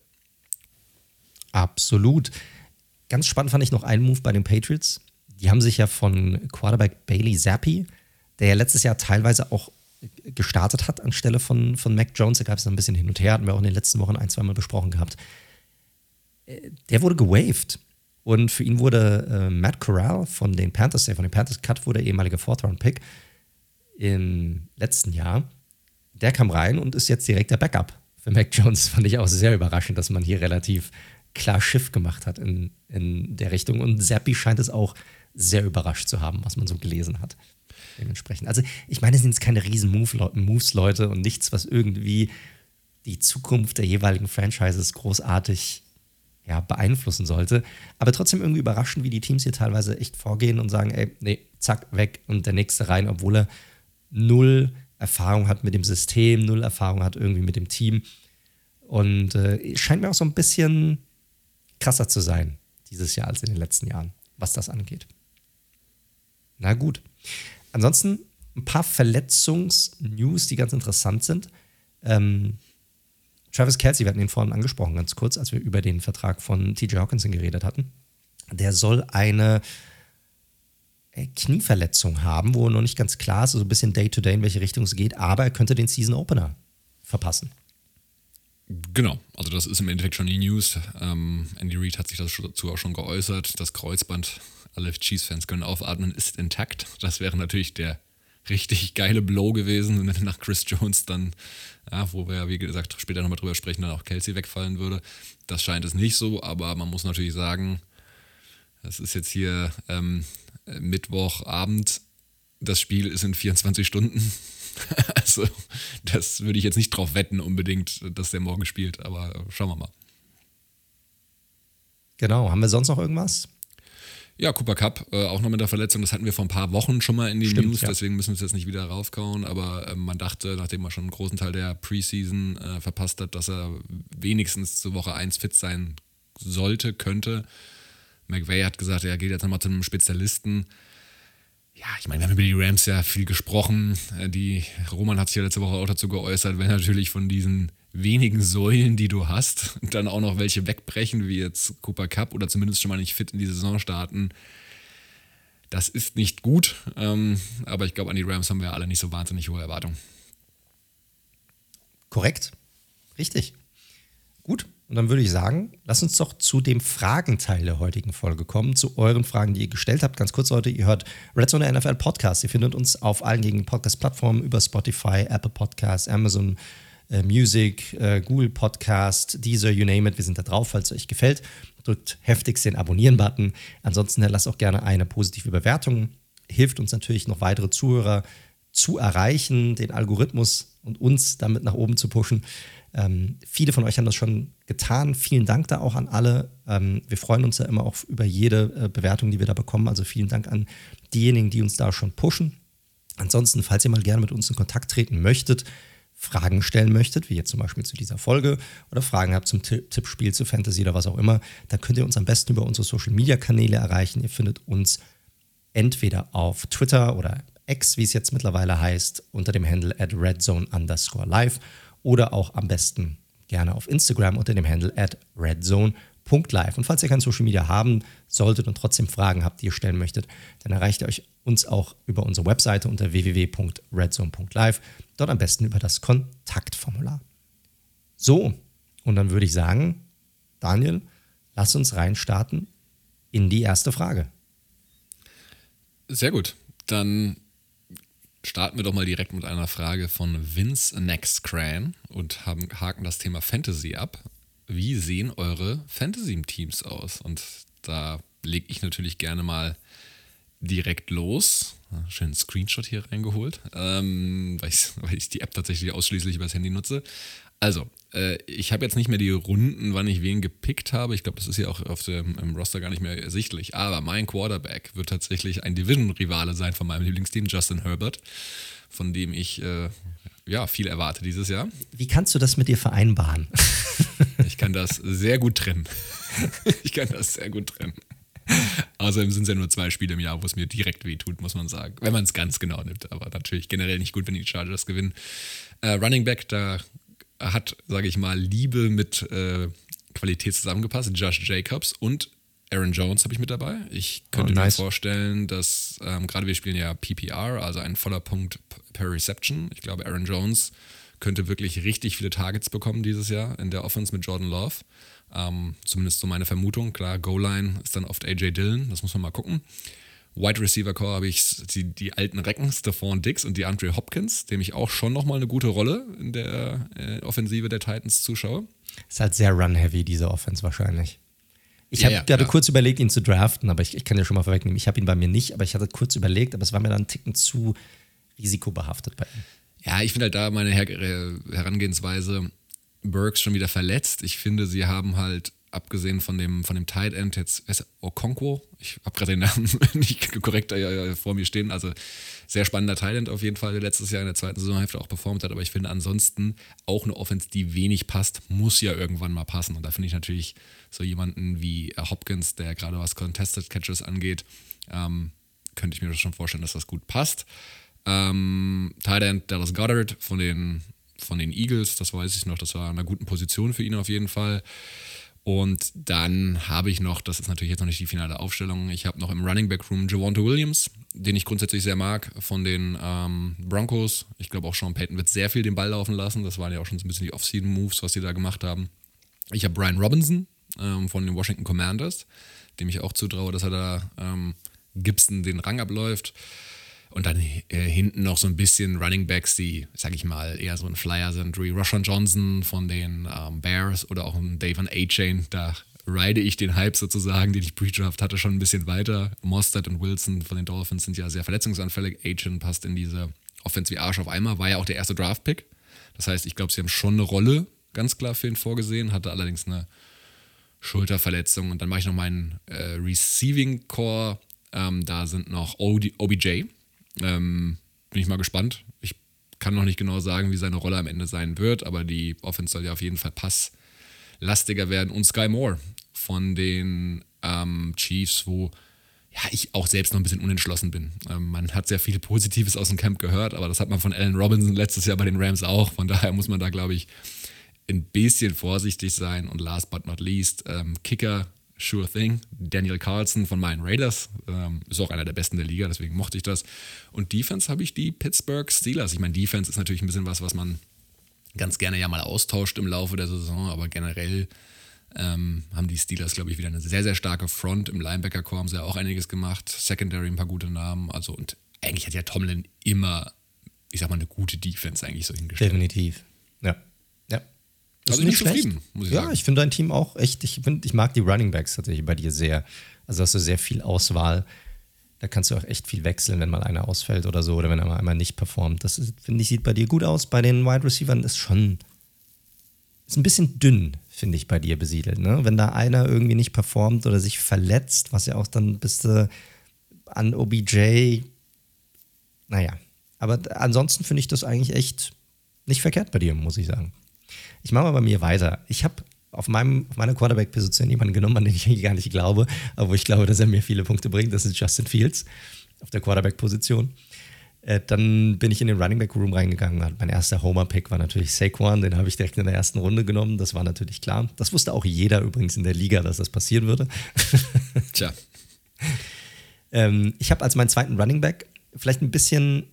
Speaker 1: Absolut. Ganz spannend fand ich noch einen Move bei den Patriots. Die haben sich ja von Quarterback Bailey Zappi, der ja letztes Jahr teilweise auch gestartet hat anstelle von Mac Jones. Da gab es ein bisschen hin und her, hatten wir auch in den letzten Wochen 1-2 Mal besprochen gehabt. Der wurde gewaved. Und für ihn wurde Matt Corral von den Panthers Cut, wurde ehemaliger Fourth-Round-Pick im letzten Jahr. Der kam rein und ist jetzt direkt der Backup für Mac Jones. Fand ich auch sehr überraschend, dass man hier relativ klar Schiff gemacht hat in der Richtung. Und Zappi scheint es auch sehr überrascht zu haben, was man so gelesen hat. Dementsprechend. Also ich meine, es sind jetzt keine riesen Moves, Leute, und nichts, was irgendwie die Zukunft der jeweiligen Franchises großartig beeinflussen sollte. Aber trotzdem irgendwie überraschend, wie die Teams hier teilweise echt vorgehen und sagen, ey, nee, zack, weg und der nächste rein, obwohl er null Erfahrung hat mit dem System, null Erfahrung hat irgendwie mit dem Team. Und scheint mir auch so ein bisschen krasser zu sein dieses Jahr als in den letzten Jahren, was das angeht. Na gut. Ansonsten ein paar Verletzungsnews, die ganz interessant sind. Travis Kelce, wir hatten ihn vorhin angesprochen, ganz kurz, als wir über den Vertrag von TJ Hockenson geredet hatten. Der soll eine Knieverletzung haben, wo noch nicht ganz klar ist, so ein bisschen Day-to-Day, in welche Richtung es geht, aber er könnte den Season-Opener verpassen.
Speaker 2: Genau, also das ist im Endeffekt schon die News. Andy Reid hat sich dazu auch schon geäußert. Das Kreuzband, alle Chiefs-Fans können aufatmen, ist intakt. Das wäre natürlich der richtig geile Blow gewesen, wenn nach Chris Jones dann, wo wir, wie gesagt, später nochmal drüber sprechen, dann auch Kelce wegfallen würde. Das scheint es nicht so, aber man muss natürlich sagen, das ist jetzt hier Mittwochabend, das Spiel ist in 24 Stunden. Also, das würde ich jetzt nicht drauf wetten unbedingt, dass der morgen spielt, aber schauen wir mal.
Speaker 1: Genau, haben wir sonst noch irgendwas?
Speaker 2: Ja, Cooper Kupp, auch noch mit der Verletzung, das hatten wir vor ein paar Wochen schon mal in den News,
Speaker 1: ja.
Speaker 2: Deswegen müssen wir es jetzt nicht wieder raufkauen, aber man dachte, nachdem er schon einen großen Teil der Preseason verpasst hat, dass er wenigstens zur Woche 1 fit sein könnte. McVay hat gesagt, er geht jetzt nochmal zu einem Spezialisten. Ja, ich meine, wir haben über die Rams ja viel gesprochen. Roman hat sich ja letzte Woche auch dazu geäußert, wenn natürlich von diesen wenigen Säulen, die du hast, dann auch noch welche wegbrechen, wie jetzt Cooper Kupp oder zumindest schon mal nicht fit in die Saison starten. Das ist nicht gut, aber ich glaube, an die Rams haben wir alle nicht so wahnsinnig hohe Erwartungen.
Speaker 1: Korrekt. Richtig. Gut. Und dann würde ich sagen, lasst uns doch zu dem Fragenteil der heutigen Folge kommen, zu euren Fragen, die ihr gestellt habt. Ganz kurz, Leute, ihr hört Red Zone der NFL Podcast. Ihr findet uns auf allen gängigen Podcast-Plattformen über Spotify, Apple Podcasts, Amazon Music, Google Podcast, Deezer, you name it. Wir sind da drauf, falls es euch gefällt. Drückt heftigst den Abonnieren-Button. Ansonsten lasst auch gerne eine positive Bewertung. Hilft uns natürlich, noch weitere Zuhörer zu erreichen, den Algorithmus und uns damit nach oben zu pushen. Viele von euch haben das schon getan. Vielen Dank da auch an alle. Wir freuen uns ja immer auch über jede Bewertung, die wir da bekommen. Also vielen Dank an diejenigen, die uns da schon pushen. Ansonsten, falls ihr mal gerne mit uns in Kontakt treten möchtet, Fragen stellen möchtet, wie jetzt zum Beispiel zu dieser Folge, oder Fragen habt zum Tippspiel, zu Fantasy oder was auch immer, dann könnt ihr uns am besten über unsere Social-Media-Kanäle erreichen. Ihr findet uns entweder auf Twitter oder X, wie es jetzt mittlerweile heißt, unter dem Handle @redzone_live oder auch am besten gerne auf Instagram unter dem Handle @redzone.live. Und falls ihr kein Social Media haben solltet und trotzdem Fragen habt, die ihr stellen möchtet, dann erreicht ihr uns auch über unsere Webseite unter www.redzone.live. Dort am besten über das Kontaktformular. So, und dann würde ich sagen, Daniel, lass uns reinstarten in die erste Frage.
Speaker 2: Sehr gut, dann starten wir doch mal direkt mit einer Frage von Vince Nexcran und haken das Thema Fantasy ab. Wie sehen eure Fantasy-Teams aus? Und da lege ich natürlich gerne mal direkt los. Schönen Screenshot hier reingeholt, weil ich die App tatsächlich ausschließlich übers Handy nutze. Also, ich habe jetzt nicht mehr die Runden, wann ich wen gepickt habe. Ich glaube, das ist ja auch im Roster gar nicht mehr ersichtlich. Aber mein Quarterback wird tatsächlich ein Division-Rivale sein von meinem Lieblingsteam, Justin Herbert, von dem ich viel erwarte dieses Jahr.
Speaker 1: Wie kannst du das mit dir vereinbaren?
Speaker 2: Ich kann das sehr gut trennen. Außerdem sind es ja nur 2 Spiele im Jahr, wo es mir direkt wehtut, muss man sagen. Wenn man es ganz genau nimmt. Aber natürlich generell nicht gut, wenn die Chargers gewinnen. Running Back, da hat, sage ich mal, Liebe mit Qualität zusammengepasst. Josh Jacobs und Aaron Jones habe ich mit dabei. Ich könnte mir vorstellen, dass gerade wir spielen ja PPR, also ein voller Punkt per Reception. Ich glaube, Aaron Jones könnte wirklich richtig viele Targets bekommen dieses Jahr in der Offense mit Jordan Love. Zumindest so meine Vermutung. Klar, Goal-Line ist dann oft A.J. Dillon, das muss man mal gucken. Wide Receiver Core habe ich die alten Recken, Stephon Diggs und DeAndre Hopkins, dem ich auch schon nochmal eine gute Rolle in der Offensive der Titans zuschaue.
Speaker 1: Ist halt sehr run-heavy, diese Offense wahrscheinlich. Ich habe gerade kurz überlegt, ihn zu draften, aber ich kann ja schon mal vorwegnehmen, ich habe ihn bei mir nicht, aber ich hatte kurz überlegt, aber es war mir dann einen Ticken zu risikobehaftet bei ihm.
Speaker 2: Ja, ich finde halt da meine Herangehensweise, Burks schon wieder verletzt. Ich finde, sie haben halt, abgesehen von dem Tight End, jetzt Okonkwo, ich habe gerade den Namen nicht korrekt vor mir stehen, also sehr spannender Tight End auf jeden Fall, der letztes Jahr in der zweiten Saisonhälfte auch performt hat, aber ich finde ansonsten auch eine Offense, die wenig passt, muss ja irgendwann mal passen, und da finde ich natürlich so jemanden wie Hopkins, der gerade was Contested Catches angeht, könnte ich mir das schon vorstellen, dass das gut passt. Tight End Dallas Goedert von den Eagles, das weiß ich noch, das war in einer guten Position für ihn auf jeden Fall. Und dann habe ich noch, das ist natürlich jetzt noch nicht die finale Aufstellung, ich habe noch im Running Back Room Javonte Williams, den ich grundsätzlich sehr mag, von den Broncos. Ich glaube auch Sean Payton wird sehr viel den Ball laufen lassen, das waren ja auch schon so ein bisschen die Off-Season-Moves, was die da gemacht haben. Ich habe Brian Robinson von den Washington Commanders, dem ich auch zutraue, dass er da Gibson den Rang abläuft. Und dann hinten noch so ein bisschen Running Backs, die, sag ich mal, eher so ein Flyer sind, wie Roshan Johnson von den Bears oder auch ein Davon A-Chain. Da ride ich den Hype sozusagen, den ich Pre-Draft hatte, schon ein bisschen weiter. Mostert und Wilson von den Dolphins sind ja sehr verletzungsanfällig. A-Chain passt in diese Offense wie Arsch auf Eimer, war ja auch der erste Draft-Pick. Das heißt, ich glaube, sie haben schon eine Rolle ganz klar für ihn vorgesehen, hatte allerdings eine Schulterverletzung. Und dann mache ich noch meinen Receiving Core. Da sind noch OBJ. Bin ich mal gespannt. Ich kann noch nicht genau sagen, wie seine Rolle am Ende sein wird, aber die Offense soll ja auf jeden Fall passlastiger werden. Und Sky Moore von den Chiefs, wo ich auch selbst noch ein bisschen unentschlossen bin. Man hat sehr viel Positives aus dem Camp gehört, aber das hat man von Allen Robinson letztes Jahr bei den Rams auch. Von daher muss man da, glaube ich, ein bisschen vorsichtig sein. Und last but not least, Kicker, sure thing, Daniel Carlson von meinen Raiders, ist auch einer der besten der Liga, deswegen mochte ich das. Und Defense habe ich die Pittsburgh Steelers. Ich meine, Defense ist natürlich ein bisschen was man ganz gerne ja mal austauscht im Laufe der Saison, aber generell haben die Steelers, glaube ich, wieder eine sehr, sehr starke Front. Im Linebacker-Core haben sie ja auch einiges gemacht, Secondary ein paar gute Namen, also, und eigentlich hat ja Tomlin immer, ich sag mal, eine gute Defense eigentlich so hingestellt.
Speaker 1: Definitiv, ja.
Speaker 2: Also nicht zufrieden, muss ich sagen.
Speaker 1: Ja, ich finde dein Team auch echt, ich mag die Running Backs tatsächlich bei dir sehr. Also hast du sehr viel Auswahl. Da kannst du auch echt viel wechseln, wenn mal einer ausfällt oder so, oder wenn er einmal nicht performt. Das finde ich, sieht bei dir gut aus. Bei den Wide Receivern ist ein bisschen dünn, finde ich, bei dir besiedelt. Ne? Wenn da einer irgendwie nicht performt oder sich verletzt, was ja auch dann bist du an OBJ. Naja, aber ansonsten finde ich das eigentlich echt nicht verkehrt bei dir, muss ich sagen. Ich mache mal bei mir weiter. Ich habe auf meiner Quarterback-Position jemanden genommen, an den ich gar nicht glaube, aber wo ich glaube, dass er mir viele Punkte bringt. Das ist Justin Fields auf der Quarterback-Position. Dann bin ich in den Running Back Room reingegangen. Mein erster Homer-Pick war natürlich Saquon. Den habe ich direkt in der ersten Runde genommen. Das war natürlich klar. Das wusste auch jeder übrigens in der Liga, dass das passieren würde.
Speaker 2: Tja.
Speaker 1: Ich habe als meinen zweiten Running Back vielleicht ein bisschen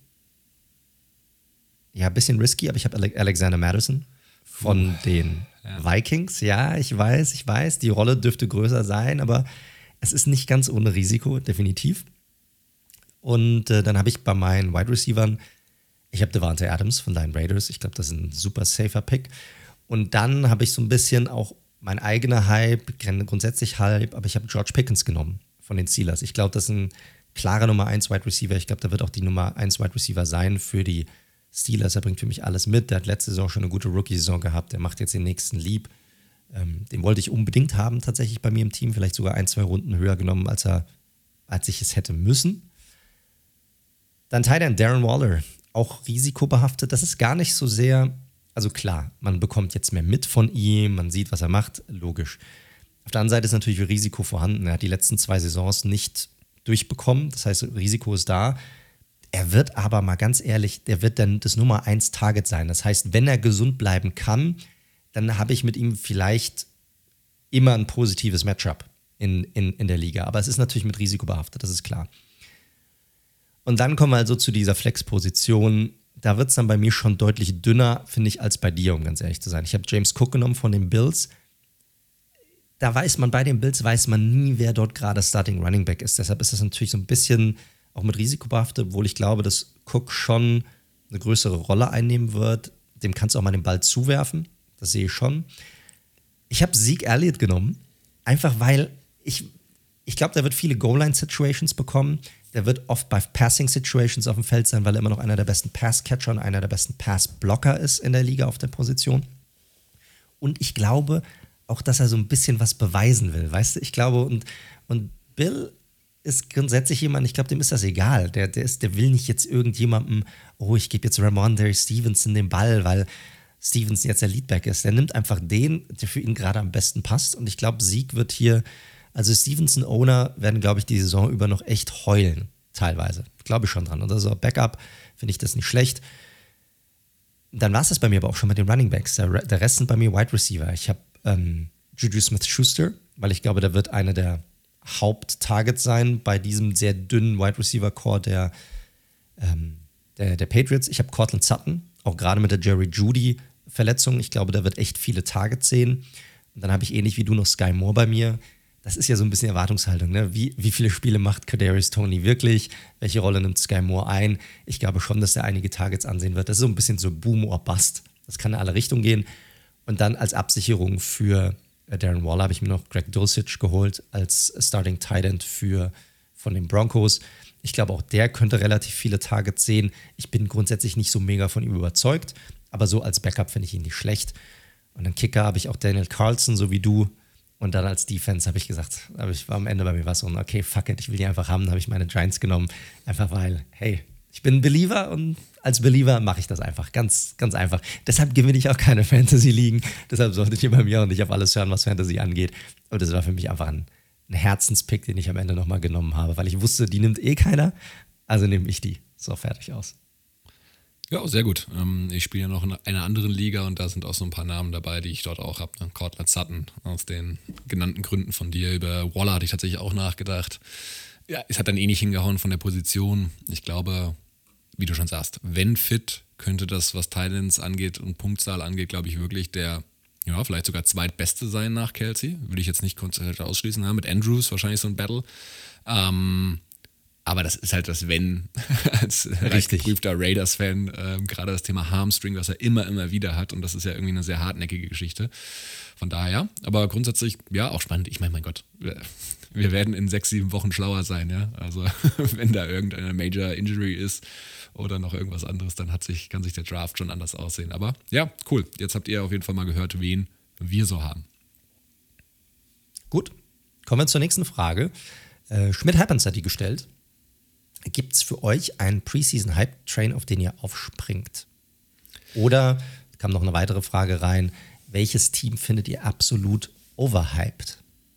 Speaker 1: risky, aber ich habe Alexander Madison von den Vikings. Ja, ich weiß, die Rolle dürfte größer sein, aber es ist nicht ganz ohne Risiko, definitiv. Und dann habe ich bei meinen Wide Receivern, ich habe Davante Adams von deinen Raiders. Ich glaube, das ist ein super safer Pick. Und dann habe ich so ein bisschen auch mein eigener Hype, grundsätzlich Hype, aber ich habe George Pickens genommen von den Steelers. Ich glaube, das ist ein klarer Nummer 1 Wide Receiver. Ich glaube, da wird auch die Nummer 1 Wide Receiver sein für die Steelers. Er bringt für mich alles mit. Der hat letzte Saison schon eine gute Rookie-Saison gehabt. Der macht jetzt den nächsten Leap. Den wollte ich unbedingt haben, tatsächlich bei mir im Team. Vielleicht sogar 1-2 Runden höher genommen, als ich es hätte müssen. Dann Tight End Darren Waller. Auch risikobehaftet. Das ist gar nicht so sehr, also klar, man bekommt jetzt mehr mit von ihm, man sieht, was er macht, logisch. Auf der anderen Seite ist natürlich Risiko vorhanden. Er hat die letzten 2 Saisons nicht durchbekommen. Das heißt, Risiko ist da. Er wird aber mal ganz ehrlich, der wird dann das Nummer 1 Target sein. Das heißt, wenn er gesund bleiben kann, dann habe ich mit ihm vielleicht immer ein positives Matchup in der Liga. Aber es ist natürlich mit Risiko behaftet, das ist klar. Und dann kommen wir also zu dieser Flex-Position. Da wird es dann bei mir schon deutlich dünner, finde ich, als bei dir, um ganz ehrlich zu sein. Ich habe James Cook genommen von den Bills. Bei den Bills weiß man nie, wer dort gerade Starting Running Back ist. Deshalb ist das natürlich so ein bisschen auch mit Risiko behaftet, obwohl ich glaube, dass Cook schon eine größere Rolle einnehmen wird. Dem kannst du auch mal den Ball zuwerfen. Das sehe ich schon. Ich habe Zeke Elliott genommen, einfach weil ich glaube, der wird viele Goal-Line-Situations bekommen. Der wird oft bei Passing-Situations auf dem Feld sein, weil er immer noch einer der besten Pass-Catcher und einer der besten Pass-Blocker ist in der Liga auf der Position. Und ich glaube auch, dass er so ein bisschen was beweisen will, weißt du? Ich glaube, und Bill ist grundsätzlich jemand, ich glaube, dem ist das egal. Der will nicht jetzt irgendjemandem, ich gebe jetzt Ramondre Stevenson den Ball, weil Stevenson jetzt der Leadback ist. Der nimmt einfach den, der für ihn gerade am besten passt. Und ich glaube, Sieg wird hier, also Stevenson-Owner werden, glaube ich, die Saison über noch echt heulen, teilweise. Glaube ich schon dran. Und also Backup finde ich das nicht schlecht. Dann war es das bei mir aber auch schon mit den Running Backs. Der Rest sind bei mir Wide Receiver. Ich habe Juju Smith-Schuster, weil ich glaube, der wird einer der Haupttargets sein bei diesem sehr dünnen Wide Receiver Core der Patriots. Ich habe Courtland Sutton, auch gerade mit der Jerry Jeudy Verletzung. Ich glaube, der wird echt viele Targets sehen. Und dann habe ich ähnlich wie du noch Sky Moore bei mir. Das ist ja so ein bisschen Erwartungshaltung, ne? Wie viele Spiele macht Kadarius Toney wirklich? Welche Rolle nimmt Sky Moore ein? Ich glaube schon, dass er einige Targets ansehen wird. Das ist so ein bisschen so Boom or Bust. Das kann in alle Richtungen gehen. Und dann als Absicherung für Darren Waller habe ich mir noch Greg Dulcich geholt als Starting Tight End von den Broncos. Ich glaube, auch der könnte relativ viele Targets sehen. Ich bin grundsätzlich nicht so mega von ihm überzeugt, aber so als Backup finde ich ihn nicht schlecht. Und dann Kicker habe ich auch Daniel Carlson, so wie du. Und dann als Defense habe ich gesagt, war am Ende bei mir was so, okay, fuck it, ich will die einfach haben. Dann habe ich meine Giants genommen, einfach weil, hey, ich bin ein Believer und als Believer mache ich das einfach, ganz, ganz einfach. Deshalb gewinne ich auch keine Fantasy-Ligen. Deshalb solltet ihr bei mir auch nicht auf alles hören, was Fantasy angeht. Und das war für mich einfach ein Herzenspick, den ich am Ende nochmal genommen habe, weil ich wusste, die nimmt eh keiner, also nehme ich die. So, fertig aus.
Speaker 2: Ja, sehr gut. Ich spiele ja noch in einer anderen Liga und da sind auch so ein paar Namen dabei, die ich dort auch habe. Courtland Sutton, aus den genannten Gründen von dir. Über Waller hatte ich tatsächlich auch nachgedacht. Ja, es hat dann eh nicht hingehauen von der Position. Ich glaube, wie du schon sagst, wenn fit, könnte das, was Titans angeht und Punktzahl angeht, glaube ich wirklich der, ja, vielleicht sogar zweitbeste sein nach Kelsey. Würde ich jetzt nicht komplett ausschließen. Ja, mit Andrews wahrscheinlich so ein Battle. Aber das ist halt das Wenn, als geprüfter Raiders-Fan, gerade das Thema Hamstring, was er immer wieder hat. Und das ist ja irgendwie eine sehr hartnäckige Geschichte. Von daher, ja. Aber grundsätzlich, ja, auch spannend. Ich meine, mein Gott, wir werden in 6-7 Wochen schlauer sein, ja. Also, wenn da irgendeine Major Injury ist oder noch irgendwas anderes, dann kann sich der Draft schon anders aussehen. Aber ja, cool. Jetzt habt ihr auf jeden Fall mal gehört, wen wir so haben.
Speaker 1: Gut, kommen wir zur nächsten Frage. Schmidt Happens hat die gestellt. Gibt es für euch einen Preseason-Hype-Train, auf den ihr aufspringt? Oder kam noch eine weitere Frage rein, welches Team findet ihr absolut overhyped?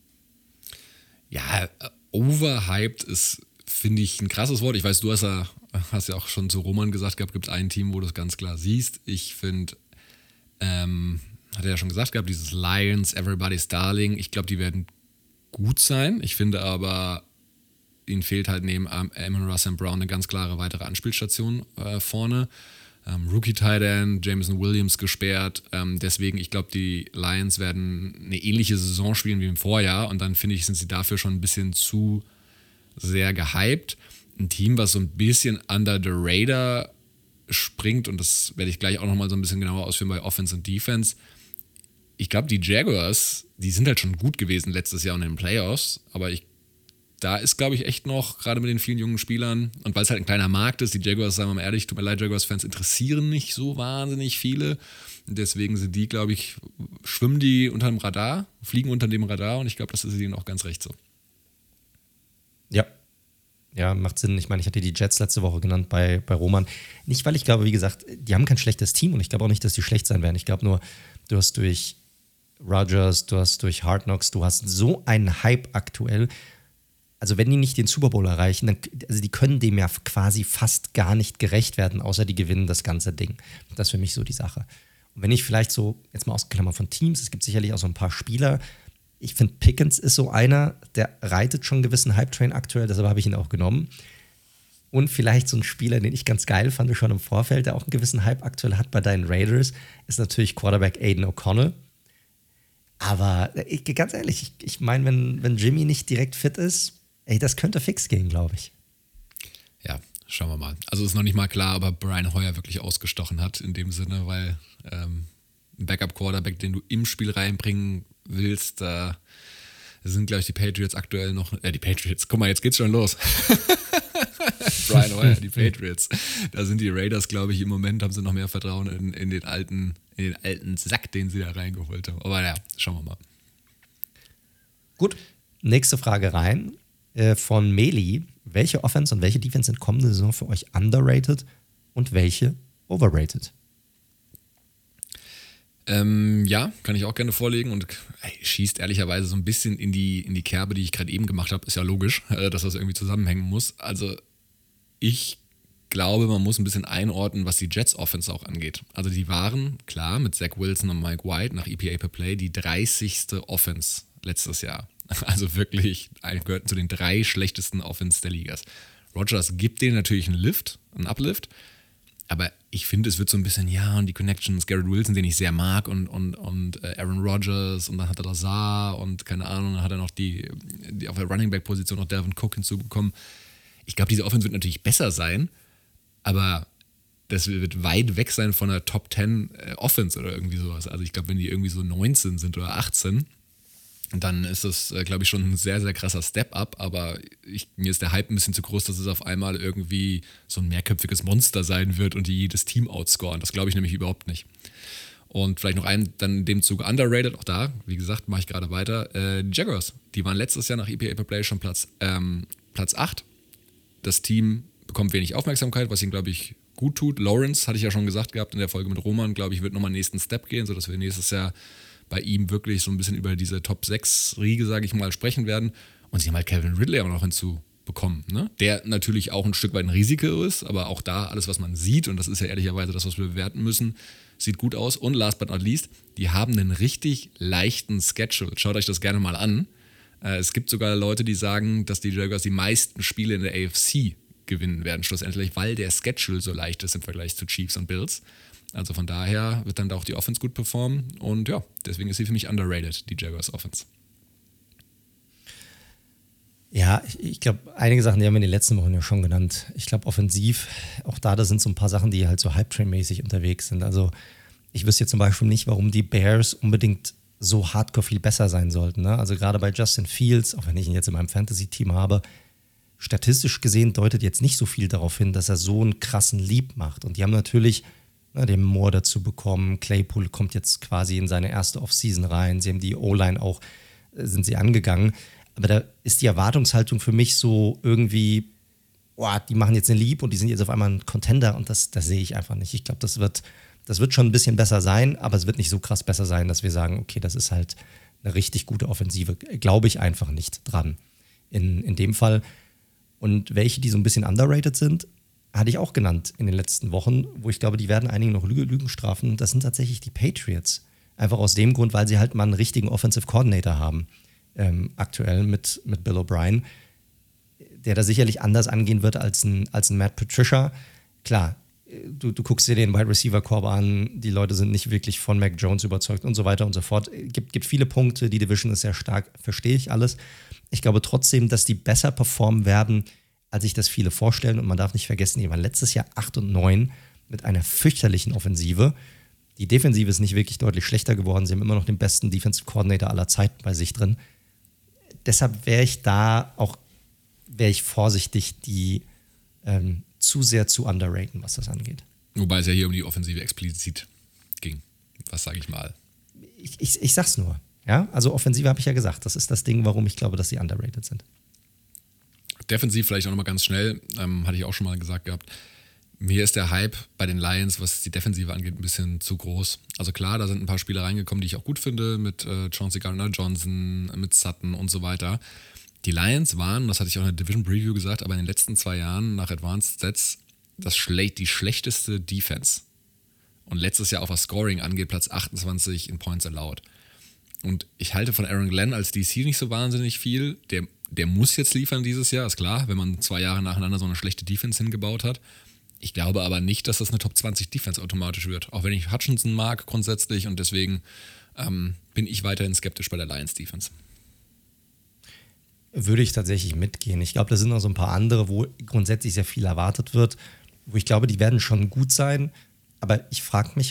Speaker 2: Ja, overhyped ist, finde ich, ein krasses Wort. Ich weiß, du hast ja auch schon zu Roman gesagt gehabt, gibt es ein Team, wo du es ganz klar siehst. Ich finde, hat er ja schon gesagt gehabt, dieses Lions, Everybody's Darling, ich glaube, die werden gut sein. Ich finde aber, ihnen fehlt halt neben Amon-Ra St. Brown eine ganz klare weitere Anspielstation vorne. Rookie-Tight End, Jameson Williams gesperrt. Deswegen, ich glaube, die Lions werden eine ähnliche Saison spielen wie im Vorjahr. Und dann, finde ich, sind sie dafür schon ein bisschen zu sehr gehypt. Ein Team, was so ein bisschen under the radar springt, und das werde ich gleich auch nochmal so ein bisschen genauer ausführen bei Offense und Defense. Ich glaube, die Jaguars, die sind halt schon gut gewesen letztes Jahr in den Playoffs, aber da ist, glaube ich, echt noch, gerade mit den vielen jungen Spielern, und weil es halt ein kleiner Markt ist, die Jaguars, sagen wir mal ehrlich, tut mir leid, Jaguars-Fans interessieren nicht so wahnsinnig viele. Deswegen sind die, glaube ich, schwimmen die unter dem Radar, fliegen unter dem Radar, und ich glaube, das ist ihnen auch ganz recht so.
Speaker 1: Ja, macht Sinn. Ich meine, ich hatte die Jets letzte Woche genannt bei Roman. Nicht, weil ich glaube, wie gesagt, die haben kein schlechtes Team, und ich glaube auch nicht, dass die schlecht sein werden. Ich glaube nur, du hast durch Rodgers, du hast durch Hard Knocks, du hast so einen Hype aktuell. Also wenn die nicht den Super Bowl erreichen, dann, also die können dem ja quasi fast gar nicht gerecht werden, außer die gewinnen das ganze Ding. Das ist für mich so die Sache. Und wenn ich vielleicht so, jetzt mal ausgeklammert von Teams, es gibt sicherlich auch so ein paar Spieler, Ich finde, Pickens ist so einer, der reitet schon einen gewissen Hype-Train aktuell, deshalb habe ich ihn auch genommen. Und vielleicht so ein Spieler, den ich ganz geil fand, schon im Vorfeld, der auch einen gewissen Hype aktuell hat bei deinen Raiders, ist natürlich Quarterback Aiden O'Connell. Aber ganz ehrlich, ich meine, wenn Jimmy nicht direkt fit ist, das könnte fix gehen, glaube ich.
Speaker 2: Ja, schauen wir mal. Also ist noch nicht mal klar, ob Brian Hoyer wirklich ausgestochen hat in dem Sinne, weil ein Backup-Quarterback, den du im Spiel reinbringen willst, da sind, glaube ich, die Patriots aktuell noch, die Patriots, guck mal, jetzt geht's schon los. Brian Hoyer, die Patriots. Da sind die Raiders, glaube ich, im Moment haben sie noch mehr Vertrauen in den alten Sack, den sie da reingeholt haben. Aber ja, schauen wir mal.
Speaker 1: Gut, nächste Frage rein von Meli. Welche Offense und welche Defense sind kommende Saison für euch underrated und welche overrated?
Speaker 2: Ja, kann ich auch gerne vorlegen und schießt ehrlicherweise so ein bisschen in die Kerbe, die ich gerade eben gemacht habe. Ist ja logisch, dass das irgendwie zusammenhängen muss. Also ich glaube, man muss ein bisschen einordnen, was die Jets-Offense auch angeht. Also die waren, klar, mit Zach Wilson und Mike White nach EPA per Play die 30. Offense letztes Jahr. Also wirklich, gehörten zu den 3 schlechtesten Offense der Ligas. Rodgers gibt denen natürlich einen Uplift, aber ich finde, es wird so ein bisschen, und die Connections, Garrett Wilson, den ich sehr mag, und Aaron Rodgers, und dann hat er Lazar und keine Ahnung, dann hat er noch die auf der Running Back-Position noch Dalvin Cook hinzubekommen. Ich glaube, diese Offense wird natürlich besser sein, aber das wird weit weg sein von einer Top 10 Offense oder irgendwie sowas. Also ich glaube, wenn die irgendwie so 19 sind oder 18, dann ist das, glaube ich, schon ein sehr, sehr krasser Step-Up, aber mir ist der Hype ein bisschen zu groß, dass es auf einmal irgendwie so ein mehrköpfiges Monster sein wird und die jedes Team outscoren. Das glaube ich nämlich überhaupt nicht. Und vielleicht noch einen, dann in dem Zuge underrated, auch da, wie gesagt, mache ich gerade weiter. Die Jaguars, die waren letztes Jahr nach EPA per Play schon Platz 8. Das Team bekommt wenig Aufmerksamkeit, was ihnen, glaube ich, gut tut. Lawrence, hatte ich ja schon gesagt gehabt in der Folge mit Roman, glaube ich, wird nochmal einen nächsten Step gehen, sodass wir nächstes Jahr bei ihm wirklich so ein bisschen über diese Top-6-Riege, sage ich mal, sprechen werden. Und sie haben halt Calvin Ridley auch noch hinzubekommen, ne? Der natürlich auch ein Stück weit ein Risiko ist, aber auch da alles, was man sieht, und das ist ja ehrlicherweise das, was wir bewerten müssen, sieht gut aus. Und last but not least, die haben einen richtig leichten Schedule. Schaut euch das gerne mal an. Es gibt sogar Leute, die sagen, dass die Jaguars die meisten Spiele in der AFC gewinnen werden, schlussendlich, weil der Schedule so leicht ist im Vergleich zu Chiefs und Bills. Also von daher wird dann auch die Offense gut performen und ja, deswegen ist sie für mich underrated, die Jaguars Offense.
Speaker 1: Ja, ich glaube, einige Sachen, die haben wir in den letzten Wochen ja schon genannt. Ich glaube, offensiv, auch da sind so ein paar Sachen, die halt so Hype-Train-mäßig unterwegs sind. Also ich wüsste jetzt zum Beispiel nicht, warum die Bears unbedingt so hardcore viel besser sein sollten. Ne? Also gerade bei Justin Fields, auch wenn ich ihn jetzt in meinem Fantasy-Team habe, statistisch gesehen deutet jetzt nicht so viel darauf hin, dass er so einen krassen Leap macht. Und die haben natürlich den Moore dazu bekommen. Claypool kommt jetzt quasi in seine erste Offseason rein. Sie haben die O-Line auch, sind sie angegangen. Aber da ist die Erwartungshaltung für mich so irgendwie, die machen jetzt einen Leap und die sind jetzt auf einmal ein Contender und das sehe ich einfach nicht. Ich glaube, das wird schon ein bisschen besser sein, aber es wird nicht so krass besser sein, dass wir sagen, okay, das ist halt eine richtig gute Offensive. Glaube ich einfach nicht dran in dem Fall. Und welche, die so ein bisschen underrated sind, hatte ich auch genannt in den letzten Wochen, wo ich glaube, die werden einigen noch Lügen strafen. Das sind tatsächlich die Patriots. Einfach aus dem Grund, weil sie halt mal einen richtigen Offensive Coordinator haben, aktuell mit Bill O'Brien, der da sicherlich anders angehen wird als ein Matt Patricia. Klar, du guckst dir den Wide Receiver Corps an, die Leute sind nicht wirklich von Mac Jones überzeugt und so weiter und so fort. Gibt viele Punkte, die Division ist sehr stark, verstehe ich alles. Ich glaube trotzdem, dass die besser performen werden, als sich das viele vorstellen. Und man darf nicht vergessen, die waren letztes Jahr 8 und 9 mit einer fürchterlichen Offensive. Die Defensive ist nicht wirklich deutlich schlechter geworden. Sie haben immer noch den besten Defensive Coordinator aller Zeiten bei sich drin. Deshalb wäre ich vorsichtig, die zu sehr zu underraten, was das angeht.
Speaker 2: Wobei es ja hier um die Offensive explizit ging. Was sage ich mal?
Speaker 1: Ich sag's nur. Ja? Also Offensive habe ich ja gesagt. Das ist das Ding, warum ich glaube, dass sie underrated sind.
Speaker 2: Defensiv vielleicht auch nochmal ganz schnell, hatte ich auch schon mal gesagt gehabt, mir ist der Hype bei den Lions, was die Defensive angeht, ein bisschen zu groß. Also klar, da sind ein paar Spieler reingekommen, die ich auch gut finde, mit Chauncey Gardner-Johnson, mit Sutton und so weiter. Die Lions waren, das hatte ich auch in der Division Preview gesagt, aber in den letzten 2 Jahren nach Advanced Stats die schlechteste Defense. Und letztes Jahr auch was Scoring angeht, Platz 28 in Points Allowed. Und ich halte von Aaron Glenn als DC nicht so wahnsinnig viel. Der muss jetzt liefern dieses Jahr, ist klar, wenn man 2 Jahre nacheinander so eine schlechte Defense hingebaut hat. Ich glaube aber nicht, dass das eine Top 20 Defense automatisch wird. Auch wenn ich Hutchinson mag grundsätzlich und deswegen bin ich weiterhin skeptisch bei der Lions Defense.
Speaker 1: Würde ich tatsächlich mitgehen. Ich glaube, da sind noch so ein paar andere, wo grundsätzlich sehr viel erwartet wird, wo ich glaube, die werden schon gut sein. Aber ich frage mich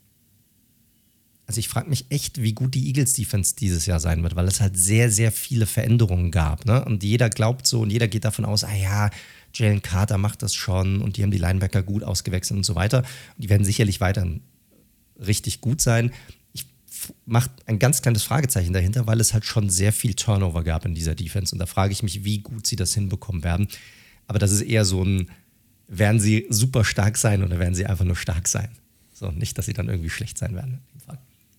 Speaker 1: echt, wie gut die Eagles-Defense dieses Jahr sein wird, weil es halt sehr, sehr viele Veränderungen gab. Ne? Und jeder glaubt so und jeder geht davon aus, Jalen Carter macht das schon und die haben die Linebacker gut ausgewechselt und so weiter. Und die werden sicherlich weiterhin richtig gut sein. Macht ein ganz kleines Fragezeichen dahinter, weil es halt schon sehr viel Turnover gab in dieser Defense. Und da frage ich mich, wie gut sie das hinbekommen werden. Aber das ist eher so ein, werden sie super stark sein oder werden sie einfach nur stark sein? So, nicht, dass sie dann irgendwie schlecht sein werden. In dem Fall.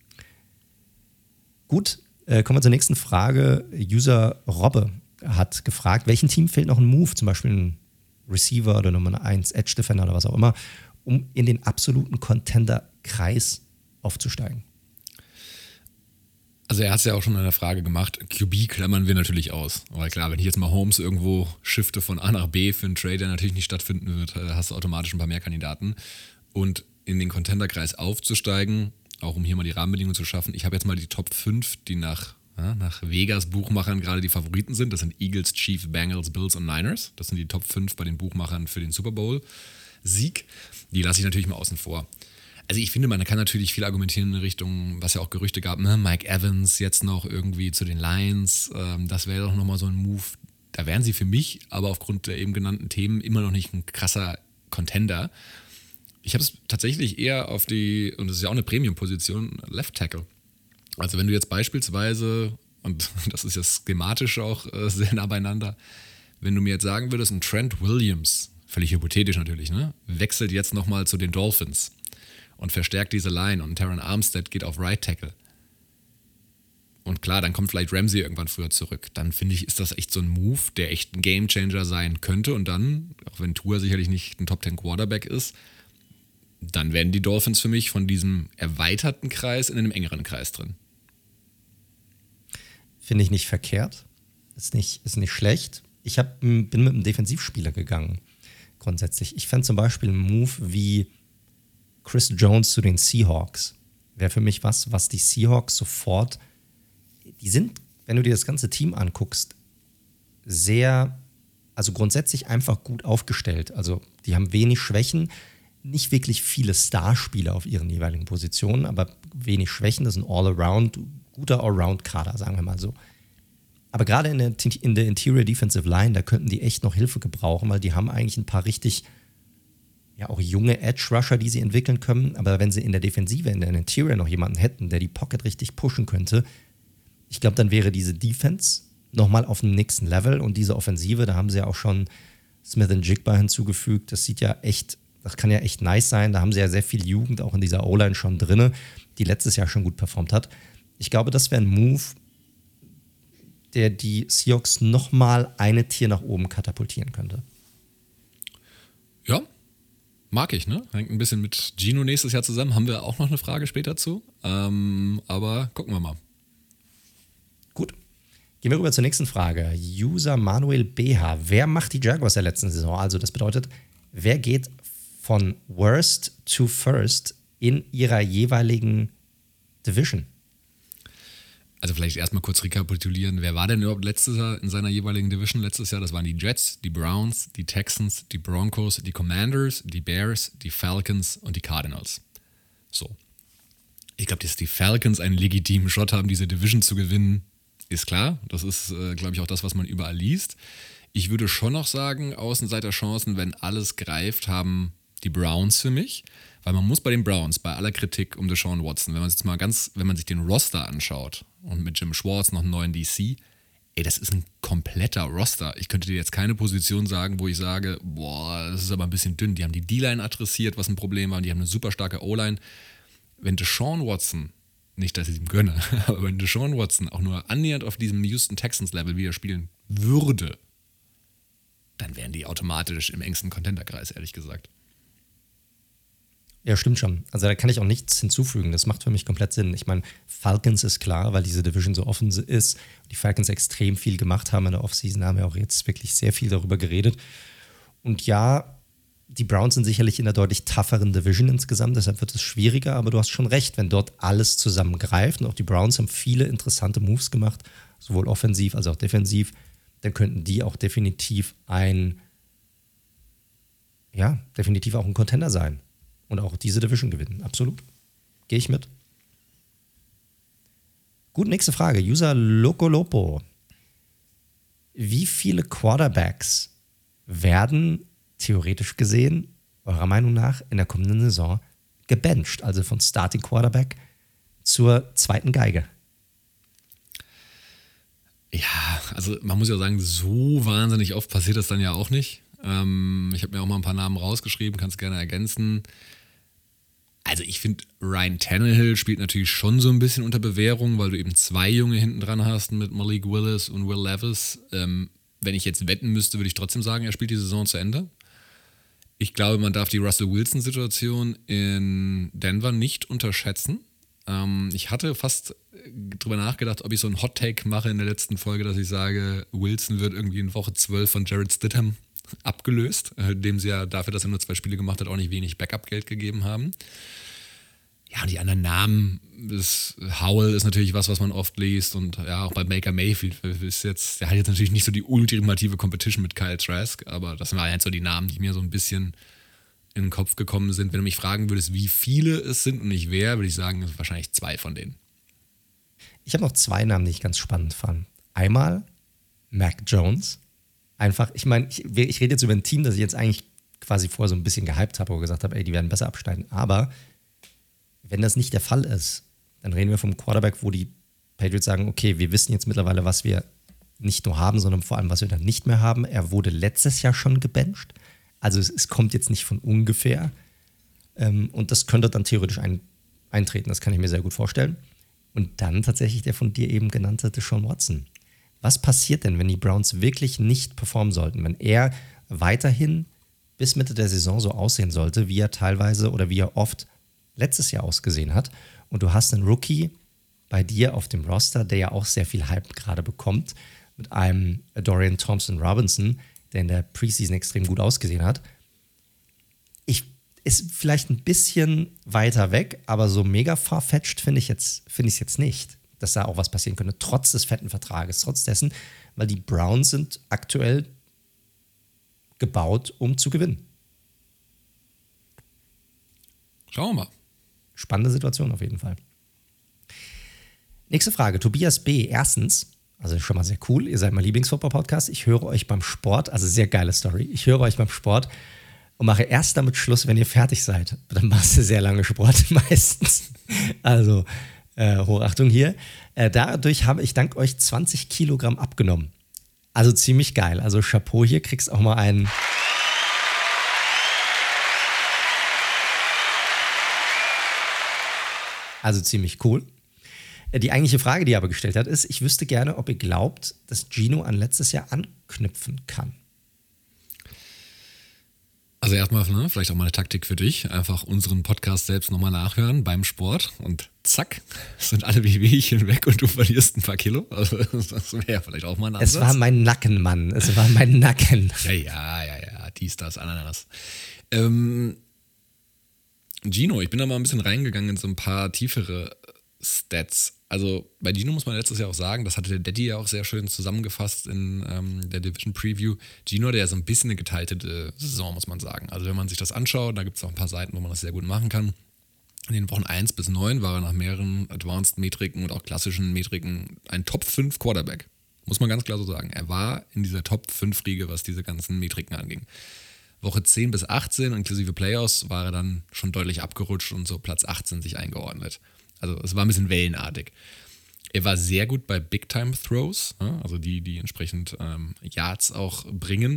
Speaker 1: Gut, kommen wir zur nächsten Frage. User Robbe hat gefragt, welchem Team fehlt noch ein Move, zum Beispiel ein Receiver oder Nummer 1 Edge Defender oder was auch immer, um in den absoluten Contender-Kreis aufzusteigen?
Speaker 2: Also er hat es ja auch schon in der Frage gemacht, QB klammern wir natürlich aus. Aber klar, wenn ich jetzt mal Holmes irgendwo shifte von A nach B für einen Trade, der natürlich nicht stattfinden wird, hast du automatisch ein paar mehr Kandidaten. Und in den Contender-Kreis aufzusteigen, auch um hier mal die Rahmenbedingungen zu schaffen. Ich habe jetzt mal die Top 5, die nach Vegas Buchmachern gerade die Favoriten sind. Das sind Eagles, Chiefs, Bengals, Bills und Niners. Das sind die Top 5 bei den Buchmachern für den Super Bowl-Sieg. Die lasse ich natürlich mal außen vor. Also ich finde, man kann natürlich viel argumentieren in Richtung, was ja auch Gerüchte gab, Mike Evans jetzt noch irgendwie zu den Lions, das wäre doch nochmal so ein Move. Da wären sie für mich, aber aufgrund der eben genannten Themen immer noch nicht ein krasser Contender. Ich habe es tatsächlich eher auf die, und das ist ja auch eine Premium-Position, Left Tackle. Also wenn du jetzt beispielsweise, und das ist ja schematisch auch sehr nah beieinander, wenn du mir jetzt sagen würdest, ein Trent Williams, völlig hypothetisch natürlich, wechselt jetzt nochmal zu den Dolphins und verstärkt diese Line und Terron Armstead geht auf Right Tackle. Und klar, dann kommt vielleicht Ramsey irgendwann früher zurück. Dann finde ich, ist das echt so ein Move, der echt ein Gamechanger sein könnte. Und dann, auch wenn Tua sicherlich nicht ein Top 10 Quarterback ist, dann werden die Dolphins für mich von diesem erweiterten Kreis in einem engeren Kreis drin.
Speaker 1: Finde ich nicht verkehrt. Ist nicht schlecht. Ich bin mit einem Defensivspieler gegangen, grundsätzlich. Ich fände zum Beispiel einen Move wie Chris Jones zu den Seahawks. Wäre für mich was die Seahawks sofort, die sind, wenn du dir das ganze Team anguckst, also grundsätzlich einfach gut aufgestellt. Also die haben wenig Schwächen, nicht wirklich viele Starspieler auf ihren jeweiligen Positionen, aber wenig Schwächen. Das ist ein guter Allround-Kader, sagen wir mal so. Aber gerade in der Interior Defensive Line, da könnten die echt noch Hilfe gebrauchen, weil die haben eigentlich ein paar richtig auch junge Edge-Rusher, die sie entwickeln können. Aber wenn sie in der Defensive, in der Interior noch jemanden hätten, der die Pocket richtig pushen könnte, ich glaube, dann wäre diese Defense nochmal auf dem nächsten Level. Und diese Offensive, da haben sie ja auch schon Smith-Njigba hinzugefügt. Das kann ja echt nice sein. Da haben sie ja sehr viel Jugend auch in dieser O-Line schon drin, die letztes Jahr schon gut performt hat. Ich glaube, das wäre ein Move, der die Seahawks nochmal eine Tier nach oben katapultieren könnte.
Speaker 2: Ja, mag ich, ne? Hängt ein bisschen mit Gino nächstes Jahr zusammen. Haben wir auch noch eine Frage später zu. Aber gucken wir mal.
Speaker 1: Gut. Gehen wir rüber zur nächsten Frage. User Manuel BH. Wer macht die Jaguars der letzten Saison? Also das bedeutet, wer geht von Worst to First in ihrer jeweiligen Division?
Speaker 2: Also vielleicht erstmal kurz rekapitulieren. Wer war denn überhaupt letztes Jahr in seiner jeweiligen Division letztes Jahr? Das waren die Jets, die Browns, die Texans, die Broncos, die Commanders, die Bears, die Falcons und die Cardinals. So. Ich glaube, dass die Falcons einen legitimen Shot haben, diese Division zu gewinnen, ist klar. Das ist, glaube ich, auch das, was man überall liest. Ich würde schon noch sagen, Außenseiterchancen, wenn alles greift, haben die Browns für mich. Weil man muss bei den Browns, bei aller Kritik um Deshaun Watson, wenn man sich den Roster anschaut und mit Jim Schwartz noch einen neuen DC, das ist ein kompletter Roster. Ich könnte dir jetzt keine Position sagen, wo ich sage, das ist aber ein bisschen dünn. Die haben die D-Line adressiert, was ein Problem war, und die haben eine super starke O-Line. Wenn Deshaun Watson, nicht, dass ich ihm gönne, aber wenn Deshaun Watson auch nur annähernd auf diesem Houston Texans-Level wieder spielen würde, dann wären die automatisch im engsten Contender-Kreis, ehrlich gesagt.
Speaker 1: Ja, stimmt schon. Also da kann ich auch nichts hinzufügen. Das macht für mich komplett Sinn. Ich meine, Falcons ist klar, weil diese Division so offen ist. Die Falcons extrem viel gemacht haben in der Offseason, haben wir auch jetzt wirklich sehr viel darüber geredet. Und ja, die Browns sind sicherlich in einer deutlich tougheren Division insgesamt, deshalb wird es schwieriger, aber du hast schon recht, wenn dort alles zusammengreift und auch die Browns haben viele interessante Moves gemacht, sowohl offensiv als auch defensiv, dann könnten die auch definitiv definitiv auch ein Contender sein. Und auch diese Division gewinnen. Absolut. Gehe ich mit. Gut, nächste Frage. User Locolopo. Wie viele Quarterbacks werden theoretisch gesehen, eurer Meinung nach, in der kommenden Saison gebencht? Also von Starting Quarterback zur zweiten Geige.
Speaker 2: Ja, also man muss ja sagen, so wahnsinnig oft passiert das dann ja auch nicht. Ich habe mir auch mal ein paar Namen rausgeschrieben, kannst gerne ergänzen. Also ich finde, Ryan Tannehill spielt natürlich schon so ein bisschen unter Bewährung, weil du eben 2 Junge hinten dran hast mit Malik Willis und Will Levis. Wenn ich jetzt wetten müsste, würde ich trotzdem sagen, er spielt die Saison zu Ende. Ich glaube, man darf die Russell Wilson-Situation in Denver nicht unterschätzen. Ich hatte fast drüber nachgedacht, ob ich so einen Hot-Take mache in der letzten Folge, dass ich sage, Wilson wird irgendwie in Woche 12 von Jarrett Stidham abgelöst, dem sie ja dafür, dass er nur 2 Spiele gemacht hat, auch nicht wenig Backup-Geld gegeben haben. Ja, und die anderen Namen, Howell ist natürlich was man oft liest und ja, auch bei Baker Mayfield der hat jetzt natürlich nicht so die ultimative Competition mit Kyle Trask, aber das waren jetzt so die Namen, die mir so ein bisschen in den Kopf gekommen sind. Wenn du mich fragen würdest, wie viele es sind und nicht wer, würde ich sagen, wahrscheinlich 2 von denen.
Speaker 1: Ich habe noch 2 Namen, die ich ganz spannend fand. Einmal Mac Jones. Einfach, ich meine, ich rede jetzt über ein Team, das ich jetzt eigentlich quasi vorher so ein bisschen gehypt habe, wo ich gesagt habe, ey, die werden besser abschneiden. Aber wenn das nicht der Fall ist, dann reden wir vom Quarterback, wo die Patriots sagen, okay, wir wissen jetzt mittlerweile, was wir nicht nur haben, sondern vor allem, was wir dann nicht mehr haben. Er wurde letztes Jahr schon gebencht. Also es kommt jetzt nicht von ungefähr. Und das könnte dann theoretisch eintreten. Das kann ich mir sehr gut vorstellen. Und dann tatsächlich der von dir eben genannte Deshaun Watson. Was passiert denn, wenn die Browns wirklich nicht performen sollten? Wenn er weiterhin bis Mitte der Saison so aussehen sollte, wie er teilweise oder wie er oft letztes Jahr ausgesehen hat. Und du hast einen Rookie bei dir auf dem Roster, der ja auch sehr viel Hype gerade bekommt, mit einem Dorian Thompson-Robinson, der in der Preseason extrem gut ausgesehen hat. Ist vielleicht ein bisschen weiter weg, aber so mega far-fetched finde ich es jetzt nicht, dass da auch was passieren könnte, trotz des fetten Vertrages, trotz dessen, weil die Browns sind aktuell gebaut, um zu gewinnen.
Speaker 2: Schauen wir mal.
Speaker 1: Spannende Situation auf jeden Fall. Nächste Frage, Tobias B. Erstens, also schon mal sehr cool, ihr seid mein Lieblingsfootball-Podcast, ich höre euch beim Sport, also sehr geile Story, ich höre euch beim Sport und mache erst damit Schluss, wenn ihr fertig seid. Dann machst du sehr lange Sport meistens. Also Hochachtung hier. Dadurch habe ich dank euch 20 Kilogramm abgenommen. Also ziemlich geil. Also Chapeau hier, kriegst auch mal einen. Also ziemlich cool. Die eigentliche Frage, die er aber gestellt hat, ist, ich wüsste gerne, ob ihr glaubt, dass Gino an letztes Jahr anknüpfen kann.
Speaker 2: Also erstmal, vielleicht auch mal eine Taktik für dich. Einfach unseren Podcast selbst nochmal nachhören beim Sport und zack, sind alle Wehwehchen weg und du verlierst ein paar Kilo. Also das wäre vielleicht auch mal ein Ansatz.
Speaker 1: Es war mein Nacken, Mann. Es war mein Nacken.
Speaker 2: Ja. Dies, das, Ananas. Gino, ich bin da mal ein bisschen reingegangen in so ein paar tiefere Stats. Also bei Gino muss man letztes Jahr auch sagen, das hatte der Daddy ja auch sehr schön zusammengefasst in der Division Preview. Gino hatte ja so ein bisschen eine geteilte Saison, muss man sagen. Also wenn man sich das anschaut, da gibt es auch ein paar Seiten, wo man das sehr gut machen kann. In den Wochen 1 bis 9 war er nach mehreren Advanced-Metriken und auch klassischen Metriken ein Top-5 Quarterback. Muss man ganz klar so sagen. Er war in dieser Top-5-Riege, was diese ganzen Metriken anging. Woche 10 bis 18, inklusive Playoffs, war er dann schon deutlich abgerutscht und so Platz 18 sich eingeordnet. Also es war ein bisschen wellenartig. Er war sehr gut bei Big-Time-Throws, also die entsprechend Yards auch bringen.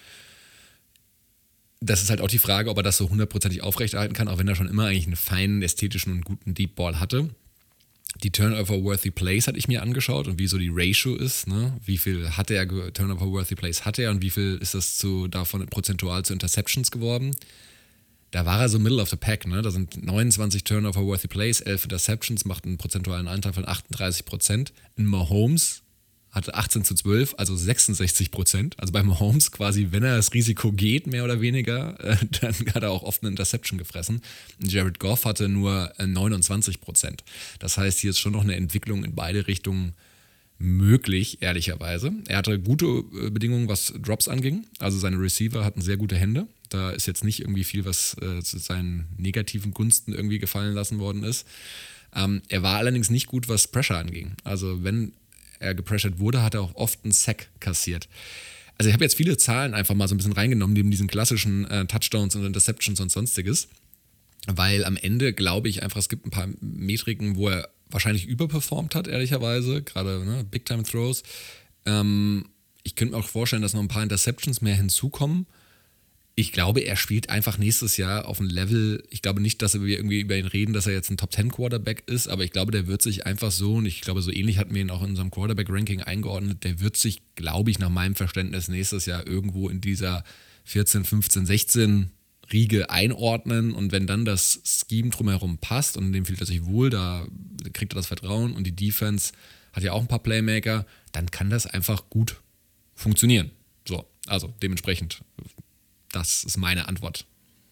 Speaker 2: Das ist halt auch die Frage, ob er das so hundertprozentig aufrechterhalten kann, auch wenn er schon immer eigentlich einen feinen, ästhetischen und guten Deep Ball hatte. Die Turnover-Worthy Plays hatte ich mir angeschaut und wie so die Ratio ist, ne? Wie viel hatte er Turnover-Worthy Plays hatte er und wie viel ist das davon prozentual zu Interceptions geworden. da war er so Middle of the Pack, ne? Da sind 29 Turnover-worthy Plays, 11 Interceptions, macht einen prozentualen Anteil von 38%. In Mahomes hatte 18-12, also 66%. Also bei Mahomes quasi, wenn er das Risiko geht, mehr oder weniger, dann hat er auch oft eine Interception gefressen. Jared Goff hatte nur 29%. Das heißt, hier ist schon noch eine Entwicklung in beide Richtungen möglich, ehrlicherweise. Er hatte gute Bedingungen, was Drops anging. Also seine Receiver hatten sehr gute Hände. Da ist jetzt nicht irgendwie viel, was zu seinen negativen Gunsten irgendwie gefallen lassen worden ist. Er war allerdings nicht gut, was Pressure anging. Also wenn er gepressured wurde, hat er auch oft einen Sack kassiert. Also ich habe jetzt viele Zahlen einfach mal so ein bisschen reingenommen, neben diesen klassischen Touchdowns und Interceptions und sonstiges, weil am Ende glaube ich einfach, es gibt ein paar Metriken, wo er wahrscheinlich überperformt hat, ehrlicherweise, gerade Big-Time-Throws. Ich könnte mir auch vorstellen, dass noch ein paar Interceptions mehr hinzukommen. Ich glaube, er spielt einfach nächstes Jahr auf ein Level, ich glaube nicht, dass wir irgendwie über ihn reden, dass er jetzt ein Top-10-Quarterback ist, aber ich glaube, der wird sich einfach so, und ich glaube, so ähnlich hatten wir ihn auch in unserem Quarterback-Ranking eingeordnet, der wird sich, glaube ich, nach meinem Verständnis nächstes Jahr irgendwo in dieser 14, 15, 16 Riege einordnen, und wenn dann das Scheme drumherum passt und in dem fühlt er sich wohl, da kriegt er das Vertrauen und die Defense hat ja auch ein paar Playmaker, dann kann das einfach gut funktionieren. So, also dementsprechend, das ist meine Antwort.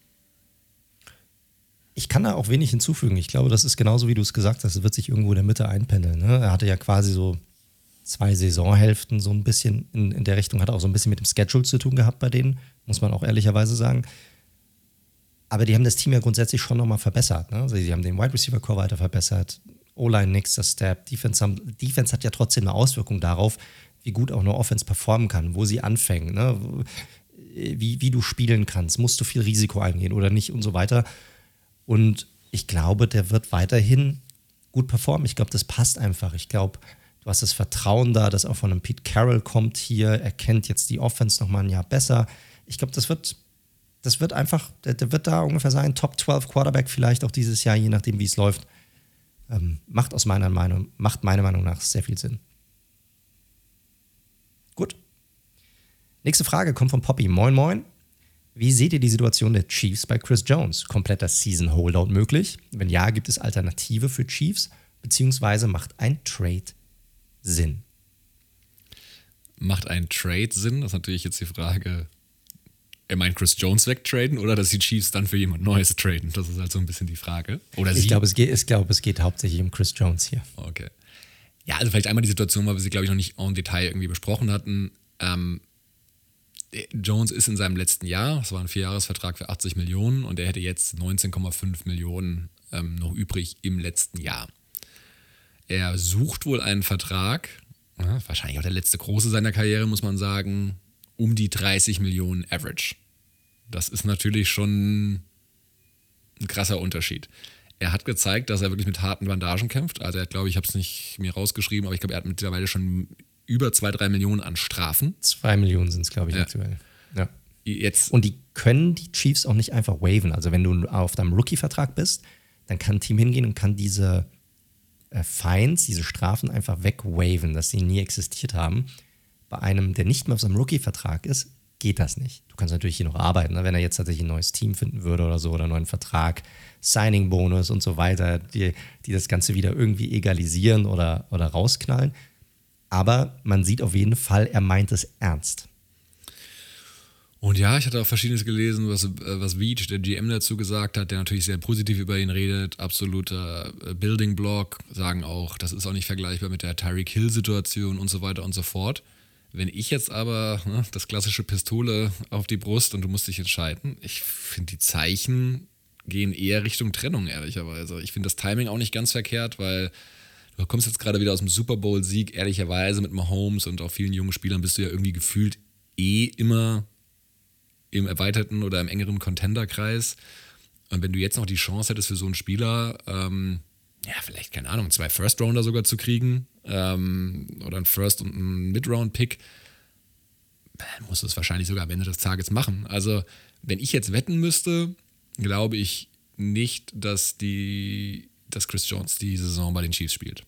Speaker 1: Ich kann da auch wenig hinzufügen. Ich glaube, das ist genauso, wie du es gesagt hast. Es wird sich irgendwo in der Mitte einpendeln. Ne? Er hatte ja quasi so 2 Saisonhälften so ein bisschen in der Richtung. Hat auch so ein bisschen mit dem Schedule zu tun gehabt bei denen, muss man auch ehrlicherweise sagen. Aber die haben das Team ja grundsätzlich schon nochmal verbessert. Ne? Also sie haben den Wide Receiver Core weiter verbessert. O-Line nächster Step. Defense hat ja trotzdem eine Auswirkung darauf, wie gut auch eine Offense performen kann, wo sie anfängt, ne? Wie du spielen kannst. Musst du viel Risiko eingehen oder nicht und so weiter. Und ich glaube, der wird weiterhin gut performen. Ich glaube, das passt einfach. Ich glaube, du hast das Vertrauen da, dass auch von einem Pete Carroll kommt hier. Er kennt jetzt die Offense nochmal ein Jahr besser. Ich glaube, das wird einfach, der wird da ungefähr sein, Top 12 Quarterback vielleicht auch dieses Jahr, je nachdem, wie es läuft. Macht meiner Meinung nach sehr viel Sinn. Gut. Nächste Frage kommt von Poppy. Moin, moin. Wie seht ihr die Situation der Chiefs bei Chris Jones? Kompletter Season-Holdout möglich? Wenn ja, gibt es Alternative für Chiefs? Beziehungsweise macht ein Trade Sinn?
Speaker 2: Macht ein Trade Sinn? Das ist natürlich jetzt die Frage, er meint Chris Jones wegtraden oder dass die Chiefs dann für jemand Neues traden? Das ist halt so ein bisschen die Frage. Oder
Speaker 1: ich glaube, es geht hauptsächlich um Chris Jones hier.
Speaker 2: Okay. Ja, also vielleicht einmal die Situation, weil wir sie, glaube ich, noch nicht en Detail irgendwie besprochen hatten. Jones ist in seinem letzten Jahr, das war ein 4-Jahres-Vertrag für 80 Millionen und er hätte jetzt 19,5 Millionen noch übrig im letzten Jahr. Er sucht wohl einen Vertrag, wahrscheinlich auch der letzte große seiner Karriere, muss man sagen, um die 30 Millionen Average. Das ist natürlich schon ein krasser Unterschied. Er hat gezeigt, dass er wirklich mit harten Bandagen kämpft. Also er hat, glaube ich, habe es nicht mir rausgeschrieben, aber ich glaube, er hat mittlerweile schon über 2-3 Millionen an Strafen.
Speaker 1: 2 Millionen sind es, glaube ich, aktuell. Ja.
Speaker 2: Jetzt.
Speaker 1: Und die können die Chiefs auch nicht einfach waven. Also wenn du auf deinem Rookie-Vertrag bist, dann kann ein Team hingehen und kann diese Fines, diese Strafen einfach wegwaven, dass sie nie existiert haben. Bei einem, der nicht mehr auf seinem Rookie-Vertrag ist, geht das nicht. Du kannst natürlich hier noch arbeiten, ne? Wenn er jetzt tatsächlich ein neues Team finden würde oder so, oder einen neuen Vertrag, Signing-Bonus und so weiter, die das Ganze wieder irgendwie egalisieren oder rausknallen. Aber man sieht auf jeden Fall, er meint es ernst.
Speaker 2: Und ja, ich hatte auch Verschiedenes gelesen, was Veach, der GM, dazu gesagt hat, der natürlich sehr positiv über ihn redet. Absoluter Building-Block, sagen auch, das ist auch nicht vergleichbar mit der Tyreek Hill-Situation und so weiter und so fort. Wenn ich jetzt aber das klassische Pistole auf die Brust und du musst dich entscheiden, ich finde, die Zeichen gehen eher Richtung Trennung, ehrlicherweise. Ich finde das Timing auch nicht ganz verkehrt, weil du kommst jetzt gerade wieder aus dem Super Bowl-Sieg, ehrlicherweise mit Mahomes und auch vielen jungen Spielern bist du ja irgendwie gefühlt immer im erweiterten oder im engeren Contender-Kreis. Und wenn du jetzt noch die Chance hättest für so einen Spieler, vielleicht, keine Ahnung, 2 First-Rounder sogar zu kriegen oder ein First- und ein Mid-Round-Pick, dann musst du es wahrscheinlich sogar am Ende des Tages machen. Also, wenn ich jetzt wetten müsste, glaube ich nicht, dass Chris Jones die Saison bei den Chiefs spielt.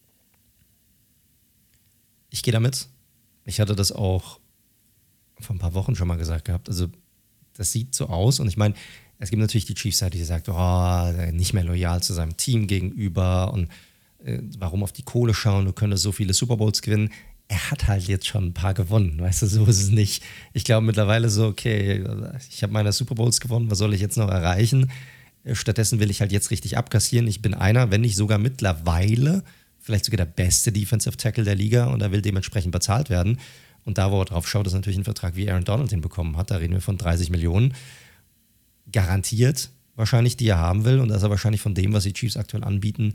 Speaker 1: Ich gehe damit. Ich hatte das auch vor ein paar Wochen schon mal gesagt gehabt. Also das sieht so aus und ich meine, Es gibt natürlich die Chiefs-Seite, die sagt, nicht mehr loyal zu seinem Team gegenüber und warum auf die Kohle schauen, du könntest so viele Super Bowls gewinnen. Er hat halt jetzt schon ein paar gewonnen, weißt du, so ist es nicht. Ich glaube mittlerweile so, okay, ich habe meine Super Bowls gewonnen, was soll ich jetzt noch erreichen? Stattdessen will ich halt jetzt richtig abkassieren. Ich bin einer, wenn nicht sogar mittlerweile, vielleicht sogar der beste Defensive Tackle der Liga und er will dementsprechend bezahlt werden. Und da, wo er drauf schaut, ist natürlich ein Vertrag, wie Aaron Donald den bekommen hat. Da reden wir von 30 Millionen. Garantiert wahrscheinlich, die er haben will. Und da ist er wahrscheinlich von dem, was die Chiefs aktuell anbieten,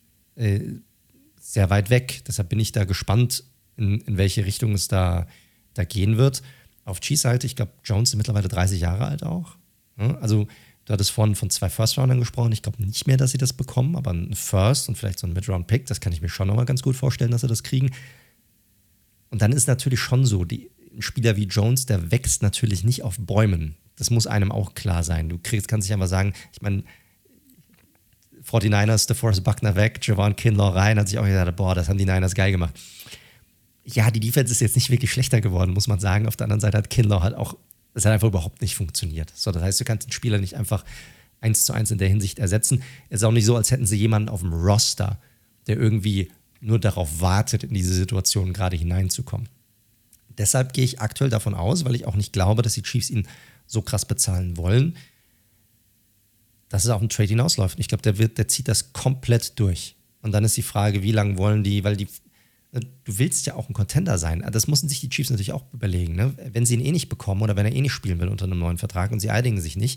Speaker 1: sehr weit weg. Deshalb bin ich da gespannt, in welche Richtung es da gehen wird. Auf Chiefs-Seite, ich glaube, Jones ist mittlerweile 30 Jahre alt auch. Ja, also du hattest vorhin von 2 First-Roundern gesprochen. Ich glaube nicht mehr, dass sie das bekommen, aber ein First und vielleicht so ein Mid-Round-Pick, das kann ich mir schon nochmal ganz gut vorstellen, dass sie das kriegen. Und dann ist natürlich schon so, ein Spieler wie Jones, der wächst natürlich nicht auf Bäumen. Das muss einem auch klar sein. Kannst nicht einfach sagen, ich meine, 49ers, DeForest Buckner weg, Javon Kinlaw rein, hat sich auch gesagt, boah, das haben die Niners geil gemacht. Ja, die Defense ist jetzt nicht wirklich schlechter geworden, muss man sagen. Auf der anderen Seite hat Kinlaw halt auch, das hat einfach überhaupt nicht funktioniert. So, das heißt, du kannst den Spieler nicht einfach 1:1 in der Hinsicht ersetzen. Es ist auch nicht so, als hätten sie jemanden auf dem Roster, der irgendwie nur darauf wartet, in diese Situation gerade hineinzukommen. Deshalb gehe ich aktuell davon aus, weil ich auch nicht glaube, dass die Chiefs ihn so krass bezahlen wollen, dass es auf den Trade hinausläuft. Ich glaube, der zieht das komplett durch. Und dann ist die Frage, wie lange wollen die, weil du willst ja auch ein Contender sein. Das mussten sich die Chiefs natürlich auch überlegen. Ne? Wenn sie ihn eh nicht bekommen oder wenn er eh nicht spielen will unter einem neuen Vertrag und sie einigen sich nicht,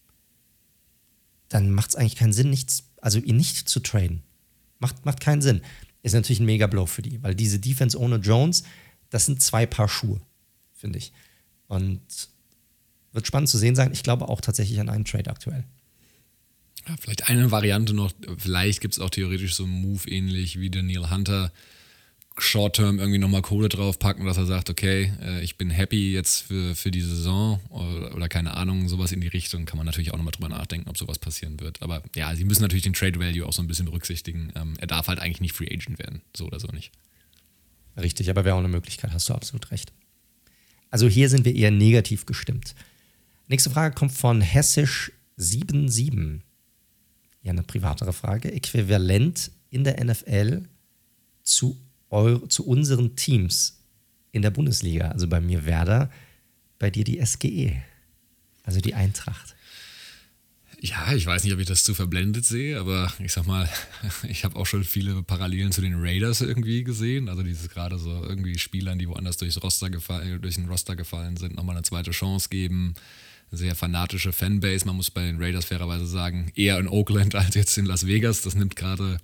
Speaker 1: dann macht es eigentlich keinen Sinn, ihn nicht zu traden. Macht keinen Sinn. Ist natürlich ein Mega-Blow für die, weil diese Defense ohne Jones, das sind 2 Paar Schuhe, finde ich. Und wird spannend zu sehen sein. Ich glaube auch tatsächlich an einen Trade aktuell.
Speaker 2: Ja, vielleicht eine Variante noch, vielleicht gibt es auch theoretisch so einen Move ähnlich wie Danielle Hunter, Short-Term irgendwie nochmal Kohle draufpacken, dass er sagt, okay, ich bin happy jetzt für die Saison oder keine Ahnung, sowas in die Richtung, kann man natürlich auch nochmal drüber nachdenken, ob sowas passieren wird. Aber ja, sie müssen natürlich den Trade-Value auch so ein bisschen berücksichtigen. Er darf halt eigentlich nicht Free Agent werden, so oder so nicht.
Speaker 1: Richtig, aber wäre auch eine Möglichkeit, hast du absolut recht. Also hier sind wir eher negativ gestimmt. Nächste Frage kommt von Hessisch77. Ja, eine privatere Frage. Äquivalent in der NFL zu unseren Teams in der Bundesliga. Also bei mir Werder, bei dir die SGE, also die Eintracht.
Speaker 2: Ja, ich weiß nicht, ob ich das zu verblendet sehe, aber ich sag mal, ich habe auch schon viele Parallelen zu den Raiders irgendwie gesehen. Also dieses gerade so irgendwie Spielern, die woanders durch den Roster gefallen sind, nochmal eine zweite Chance geben. Sehr fanatische Fanbase. Man muss bei den Raiders fairerweise sagen, eher in Oakland als jetzt in Las Vegas. Das nimmt gerade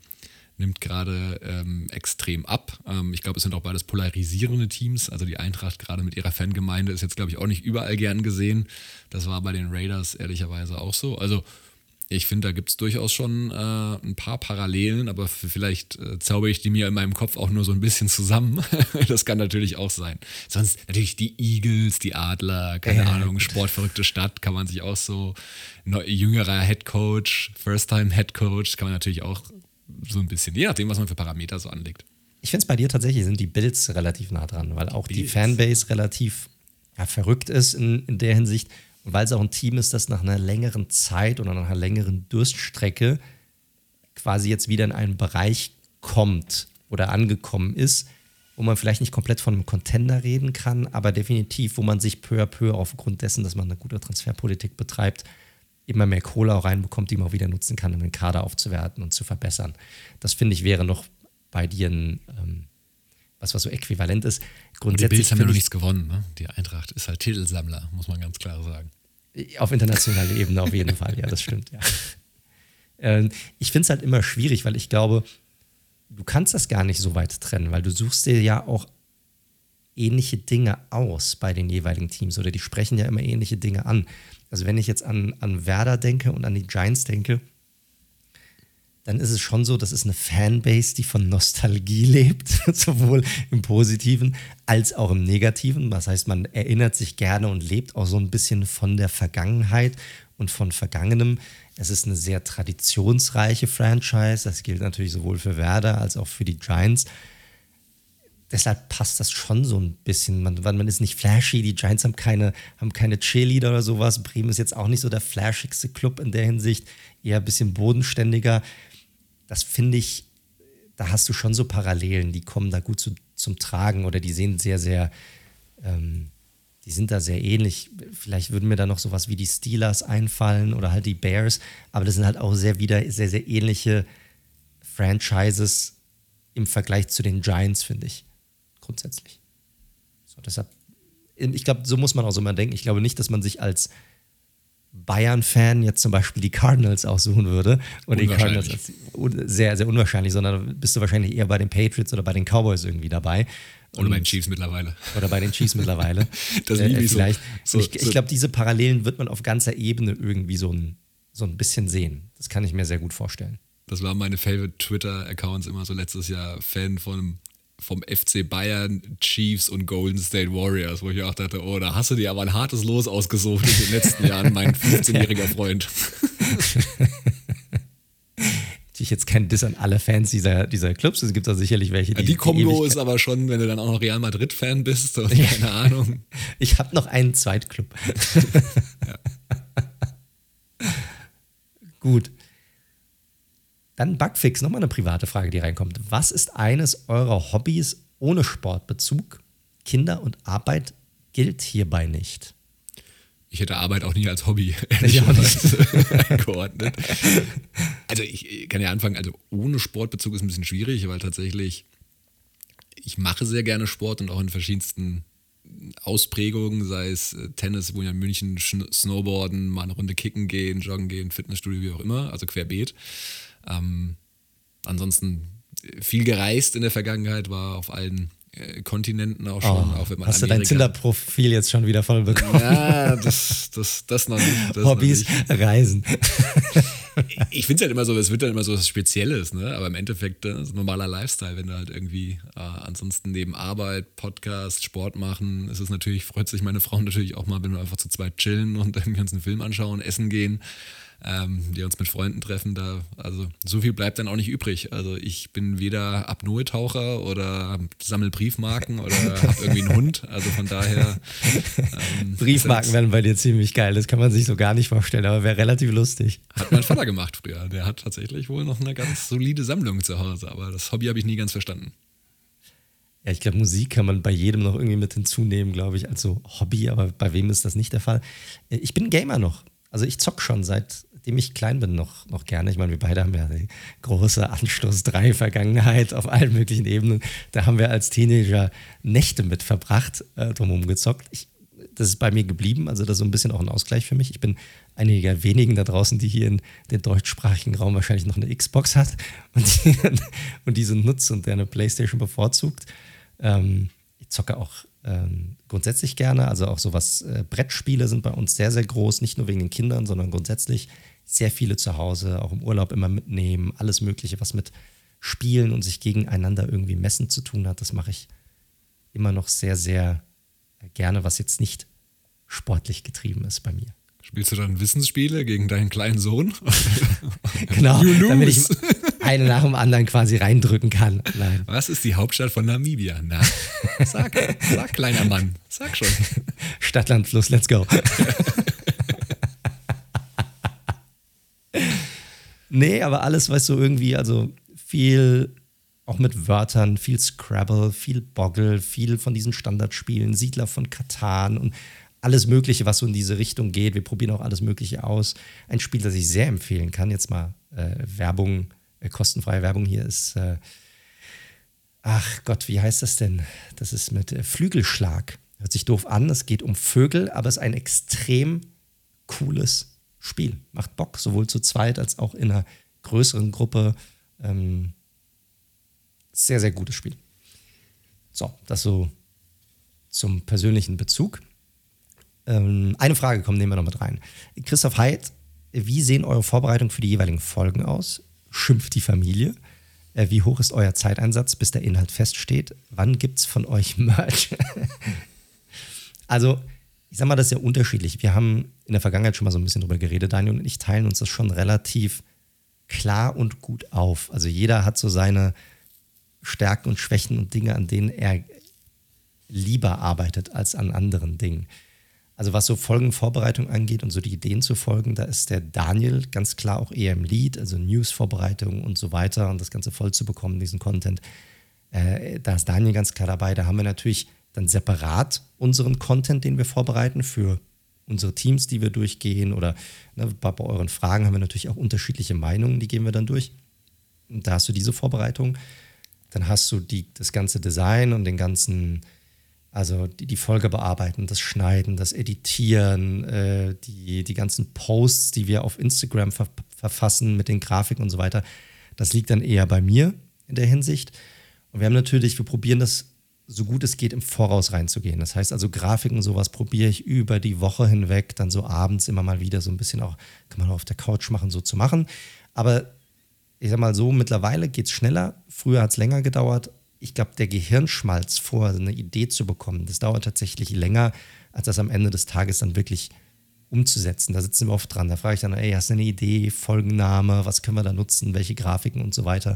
Speaker 2: extrem ab. Ich glaube, es sind auch beides polarisierende Teams. Also die Eintracht gerade mit ihrer Fangemeinde ist jetzt, glaube ich, auch nicht überall gern gesehen. Das war bei den Raiders ehrlicherweise auch so. Also ich finde, da gibt es durchaus schon ein paar Parallelen, aber vielleicht zaubere ich die mir in meinem Kopf auch nur so ein bisschen zusammen. Das kann natürlich auch sein. Sonst natürlich die Eagles, die Adler, keine Ahnung, sportverrückte Stadt, kann man sich auch so, jüngerer Headcoach, First-Time-Headcoach, kann man natürlich auch so ein bisschen, je nachdem, was man für Parameter so anlegt.
Speaker 1: Ich finde es bei dir tatsächlich, sind die Bills relativ nah dran, weil auch die Fanbase relativ verrückt ist in der Hinsicht und weil es auch ein Team ist, das nach einer längeren Zeit oder nach einer längeren Durststrecke quasi jetzt wieder in einen Bereich kommt oder angekommen ist, wo man vielleicht nicht komplett von einem Contender reden kann, aber definitiv, wo man sich peu à peu aufgrund dessen, dass man eine gute Transferpolitik betreibt, immer mehr Kohle auch reinbekommt, die man auch wieder nutzen kann, um den Kader aufzuwerten und zu verbessern. Das finde ich wäre noch bei dir was so äquivalent ist.
Speaker 2: Und die Bills haben ja noch nichts gewonnen. Ne? Die Eintracht ist halt Titelsammler, muss man ganz klar sagen.
Speaker 1: Auf internationaler Ebene auf jeden Fall, ja, das stimmt, ja. Ich finde es halt immer schwierig, weil ich glaube, du kannst das gar nicht so weit trennen, weil du suchst dir ja auch ähnliche Dinge aus bei den jeweiligen Teams oder die sprechen ja immer ähnliche Dinge an. Also wenn ich jetzt an Werder denke und an die Giants denke, dann ist es schon so, das ist eine Fanbase, die von Nostalgie lebt, sowohl im Positiven als auch im Negativen. Das heißt, man erinnert sich gerne und lebt auch so ein bisschen von der Vergangenheit und von Vergangenem. Es ist eine sehr traditionsreiche Franchise. Das gilt natürlich sowohl für Werder als auch für die Giants. deshalb passt das schon so ein bisschen. Man ist nicht flashy, die Giants haben keine Cheerleader oder sowas. Bremen ist jetzt auch nicht so der flashigste Club in der Hinsicht, eher ein bisschen bodenständiger. Das finde ich, da hast du schon so Parallelen, die kommen da gut zum Tragen oder die sehen sehr, sehr, die sind da sehr ähnlich. Vielleicht würden mir da noch sowas wie die Steelers einfallen oder halt die Bears, aber das sind halt auch sehr, sehr ähnliche Franchises im Vergleich zu den Giants, finde ich, grundsätzlich. So, deshalb, ich glaube, so muss man auch so mal denken. Ich glaube nicht, dass man sich als Bayern-Fan jetzt zum Beispiel die Cardinals aussuchen würde. Und die Cardinals sehr, sehr unwahrscheinlich, sondern bist du wahrscheinlich eher bei den Patriots oder bei den Cowboys irgendwie dabei.
Speaker 2: Oder bei den Chiefs mittlerweile.
Speaker 1: Oder bei den Chiefs mittlerweile.
Speaker 2: Das liebe ich
Speaker 1: vielleicht. Ich glaube, diese Parallelen wird man auf ganzer Ebene irgendwie so ein bisschen sehen. Das kann ich mir sehr gut vorstellen.
Speaker 2: Das waren meine Favorite Twitter-Accounts immer so letztes Jahr. Fan vom FC Bayern, Chiefs und Golden State Warriors, wo ich auch dachte, oh, da hast du dir aber ein hartes Los ausgesucht in den letzten Jahren, mein 15-jähriger Freund.
Speaker 1: Natürlich jetzt kein Diss an alle Fans dieser Clubs, es gibt da sicherlich welche,
Speaker 2: die Kombo ist aber schon, wenn du dann auch noch Real Madrid-Fan bist, oder keine Ahnung.
Speaker 1: Ich habe noch einen Zweitclub. Ja. Gut. Dann Bugfix, nochmal eine private Frage, die reinkommt. Was ist eines eurer Hobbys ohne Sportbezug? Kinder und Arbeit gilt hierbei nicht.
Speaker 2: Ich hätte Arbeit auch nie als Hobby eingeordnet. Also ich kann ja anfangen, also ohne Sportbezug ist ein bisschen schwierig, weil tatsächlich ich mache sehr gerne Sport und auch in verschiedensten Ausprägungen, sei es Tennis, wo ja in München, Snowboarden, mal eine Runde kicken gehen, joggen gehen, Fitnessstudio, wie auch immer, also querbeet. Ansonsten viel gereist in der Vergangenheit, war auf allen Kontinenten auch schon. Auch wenn man
Speaker 1: hast du dein Tinder-Profil jetzt schon wieder voll bekommen?
Speaker 2: Ja, das noch nicht.
Speaker 1: Hobbys,
Speaker 2: noch nicht.
Speaker 1: Reisen.
Speaker 2: Ich finde es halt immer so, es wird dann immer so was Spezielles, ne? Aber im Endeffekt ist ein normaler Lifestyle, wenn du halt irgendwie ansonsten neben Arbeit, Podcast, Sport machen, ist es natürlich, freut sich meine Frau natürlich auch mal, wenn wir einfach zu zweit chillen und irgendwie uns einen Film anschauen, essen gehen. Die uns mit Freunden treffen, also so viel bleibt dann auch nicht übrig. Also ich bin weder Apnoe-Taucher oder sammel Briefmarken oder habe irgendwie einen Hund. Also von daher.
Speaker 1: Briefmarken wären bei dir ziemlich geil, das kann man sich so gar nicht vorstellen, aber wäre relativ lustig.
Speaker 2: Hat mein Vater gemacht früher. Der hat tatsächlich wohl noch eine ganz solide Sammlung zu Hause, aber das Hobby habe ich nie ganz verstanden.
Speaker 1: Ja, ich glaube, Musik kann man bei jedem noch irgendwie mit hinzunehmen, glaube ich, als so Hobby, aber bei wem ist das nicht der Fall? Ich bin Gamer noch. Also ich zock schon seitdem ich klein bin noch gerne. Ich meine, wir beide haben ja die große Anstoß 3 Vergangenheit auf allen möglichen Ebenen. Da haben wir als Teenager Nächte mit verbracht, drumherum gezockt. Das ist bei mir geblieben, also das ist so ein bisschen auch ein Ausgleich für mich. Ich bin einer der wenigen da draußen, die hier in den deutschsprachigen Raum wahrscheinlich noch eine Xbox hat und diese nutzt und der eine Playstation bevorzugt. Ich zocke auch grundsätzlich gerne, also auch sowas, Brettspiele sind bei uns sehr, sehr groß, nicht nur wegen den Kindern, sondern grundsätzlich sehr viele zu Hause, auch im Urlaub immer mitnehmen, alles Mögliche, was mit Spielen und sich gegeneinander irgendwie messen zu tun hat, das mache ich immer noch sehr, sehr gerne, was jetzt nicht sportlich getrieben ist bei mir.
Speaker 2: Spielst du dann Wissensspiele gegen deinen kleinen Sohn?
Speaker 1: Genau, damit ich eine nach dem anderen quasi reindrücken kann. Nein.
Speaker 2: Was ist die Hauptstadt von Namibia? Na, sag kleiner Mann, sag schon.
Speaker 1: Stadt, Land, Fluss, let's go. Nee, aber alles, weißt du, irgendwie, also viel auch mit Wörtern, viel Scrabble, viel Boggle, viel von diesen Standardspielen, Siedler von Catan und alles Mögliche, was so in diese Richtung geht. Wir probieren auch alles Mögliche aus. Ein Spiel, das ich sehr empfehlen kann, jetzt mal Werbung, kostenfreie Werbung hier ist, ach Gott, wie heißt das denn? Das ist mit Flügelschlag. Hört sich doof an, es geht um Vögel, aber es ist ein extrem cooles Spiel. Macht Bock, sowohl zu zweit als auch in einer größeren Gruppe. Sehr, sehr gutes Spiel. So, das so zum persönlichen Bezug. Eine Frage kommt, nehmen wir noch mit rein. Christoph Heid, wie sehen eure Vorbereitungen für die jeweiligen Folgen aus? Schimpft die Familie? Wie hoch ist euer Zeiteinsatz, bis der Inhalt feststeht? Wann gibt es von euch Merch? Also, ich sag mal, das ist ja unterschiedlich. Wir haben in der Vergangenheit schon mal so ein bisschen drüber geredet. Daniel und ich teilen uns das schon relativ klar und gut auf. Also jeder hat so seine Stärken und Schwächen und Dinge, an denen er lieber arbeitet als an anderen Dingen. Also was so Folgenvorbereitung angeht und so die Ideen zu folgen, da ist der Daniel ganz klar auch eher im Lead, also News-Vorbereitung und so weiter und das Ganze voll zu bekommen, diesen Content. Da ist Daniel ganz klar dabei. Da haben wir natürlich dann separat unseren Content, den wir vorbereiten für unsere Teams, die wir durchgehen oder bei euren Fragen haben wir natürlich auch unterschiedliche Meinungen, die gehen wir dann durch. Und da hast du diese Vorbereitung. Dann hast du das ganze Design und den ganzen, also die Folge bearbeiten, das Schneiden, das Editieren, die ganzen Posts, die wir auf Instagram verfassen mit den Grafiken und so weiter. Das liegt dann eher bei mir in der Hinsicht. Und wir probieren das so gut es geht im Voraus reinzugehen. Das heißt also Grafiken und sowas probiere ich über die Woche hinweg, dann so abends immer mal wieder so ein bisschen auch, kann man auch auf der Couch machen, so zu machen. Aber ich sag mal so, mittlerweile geht es schneller. Früher hat es länger gedauert. Ich glaube, der Gehirnschmalz vorher, eine Idee zu bekommen, das dauert tatsächlich länger, als das am Ende des Tages dann wirklich umzusetzen. Da sitzen wir oft dran. Da frage ich dann, hast du eine Idee, Folgenname, was können wir da nutzen, welche Grafiken und so weiter.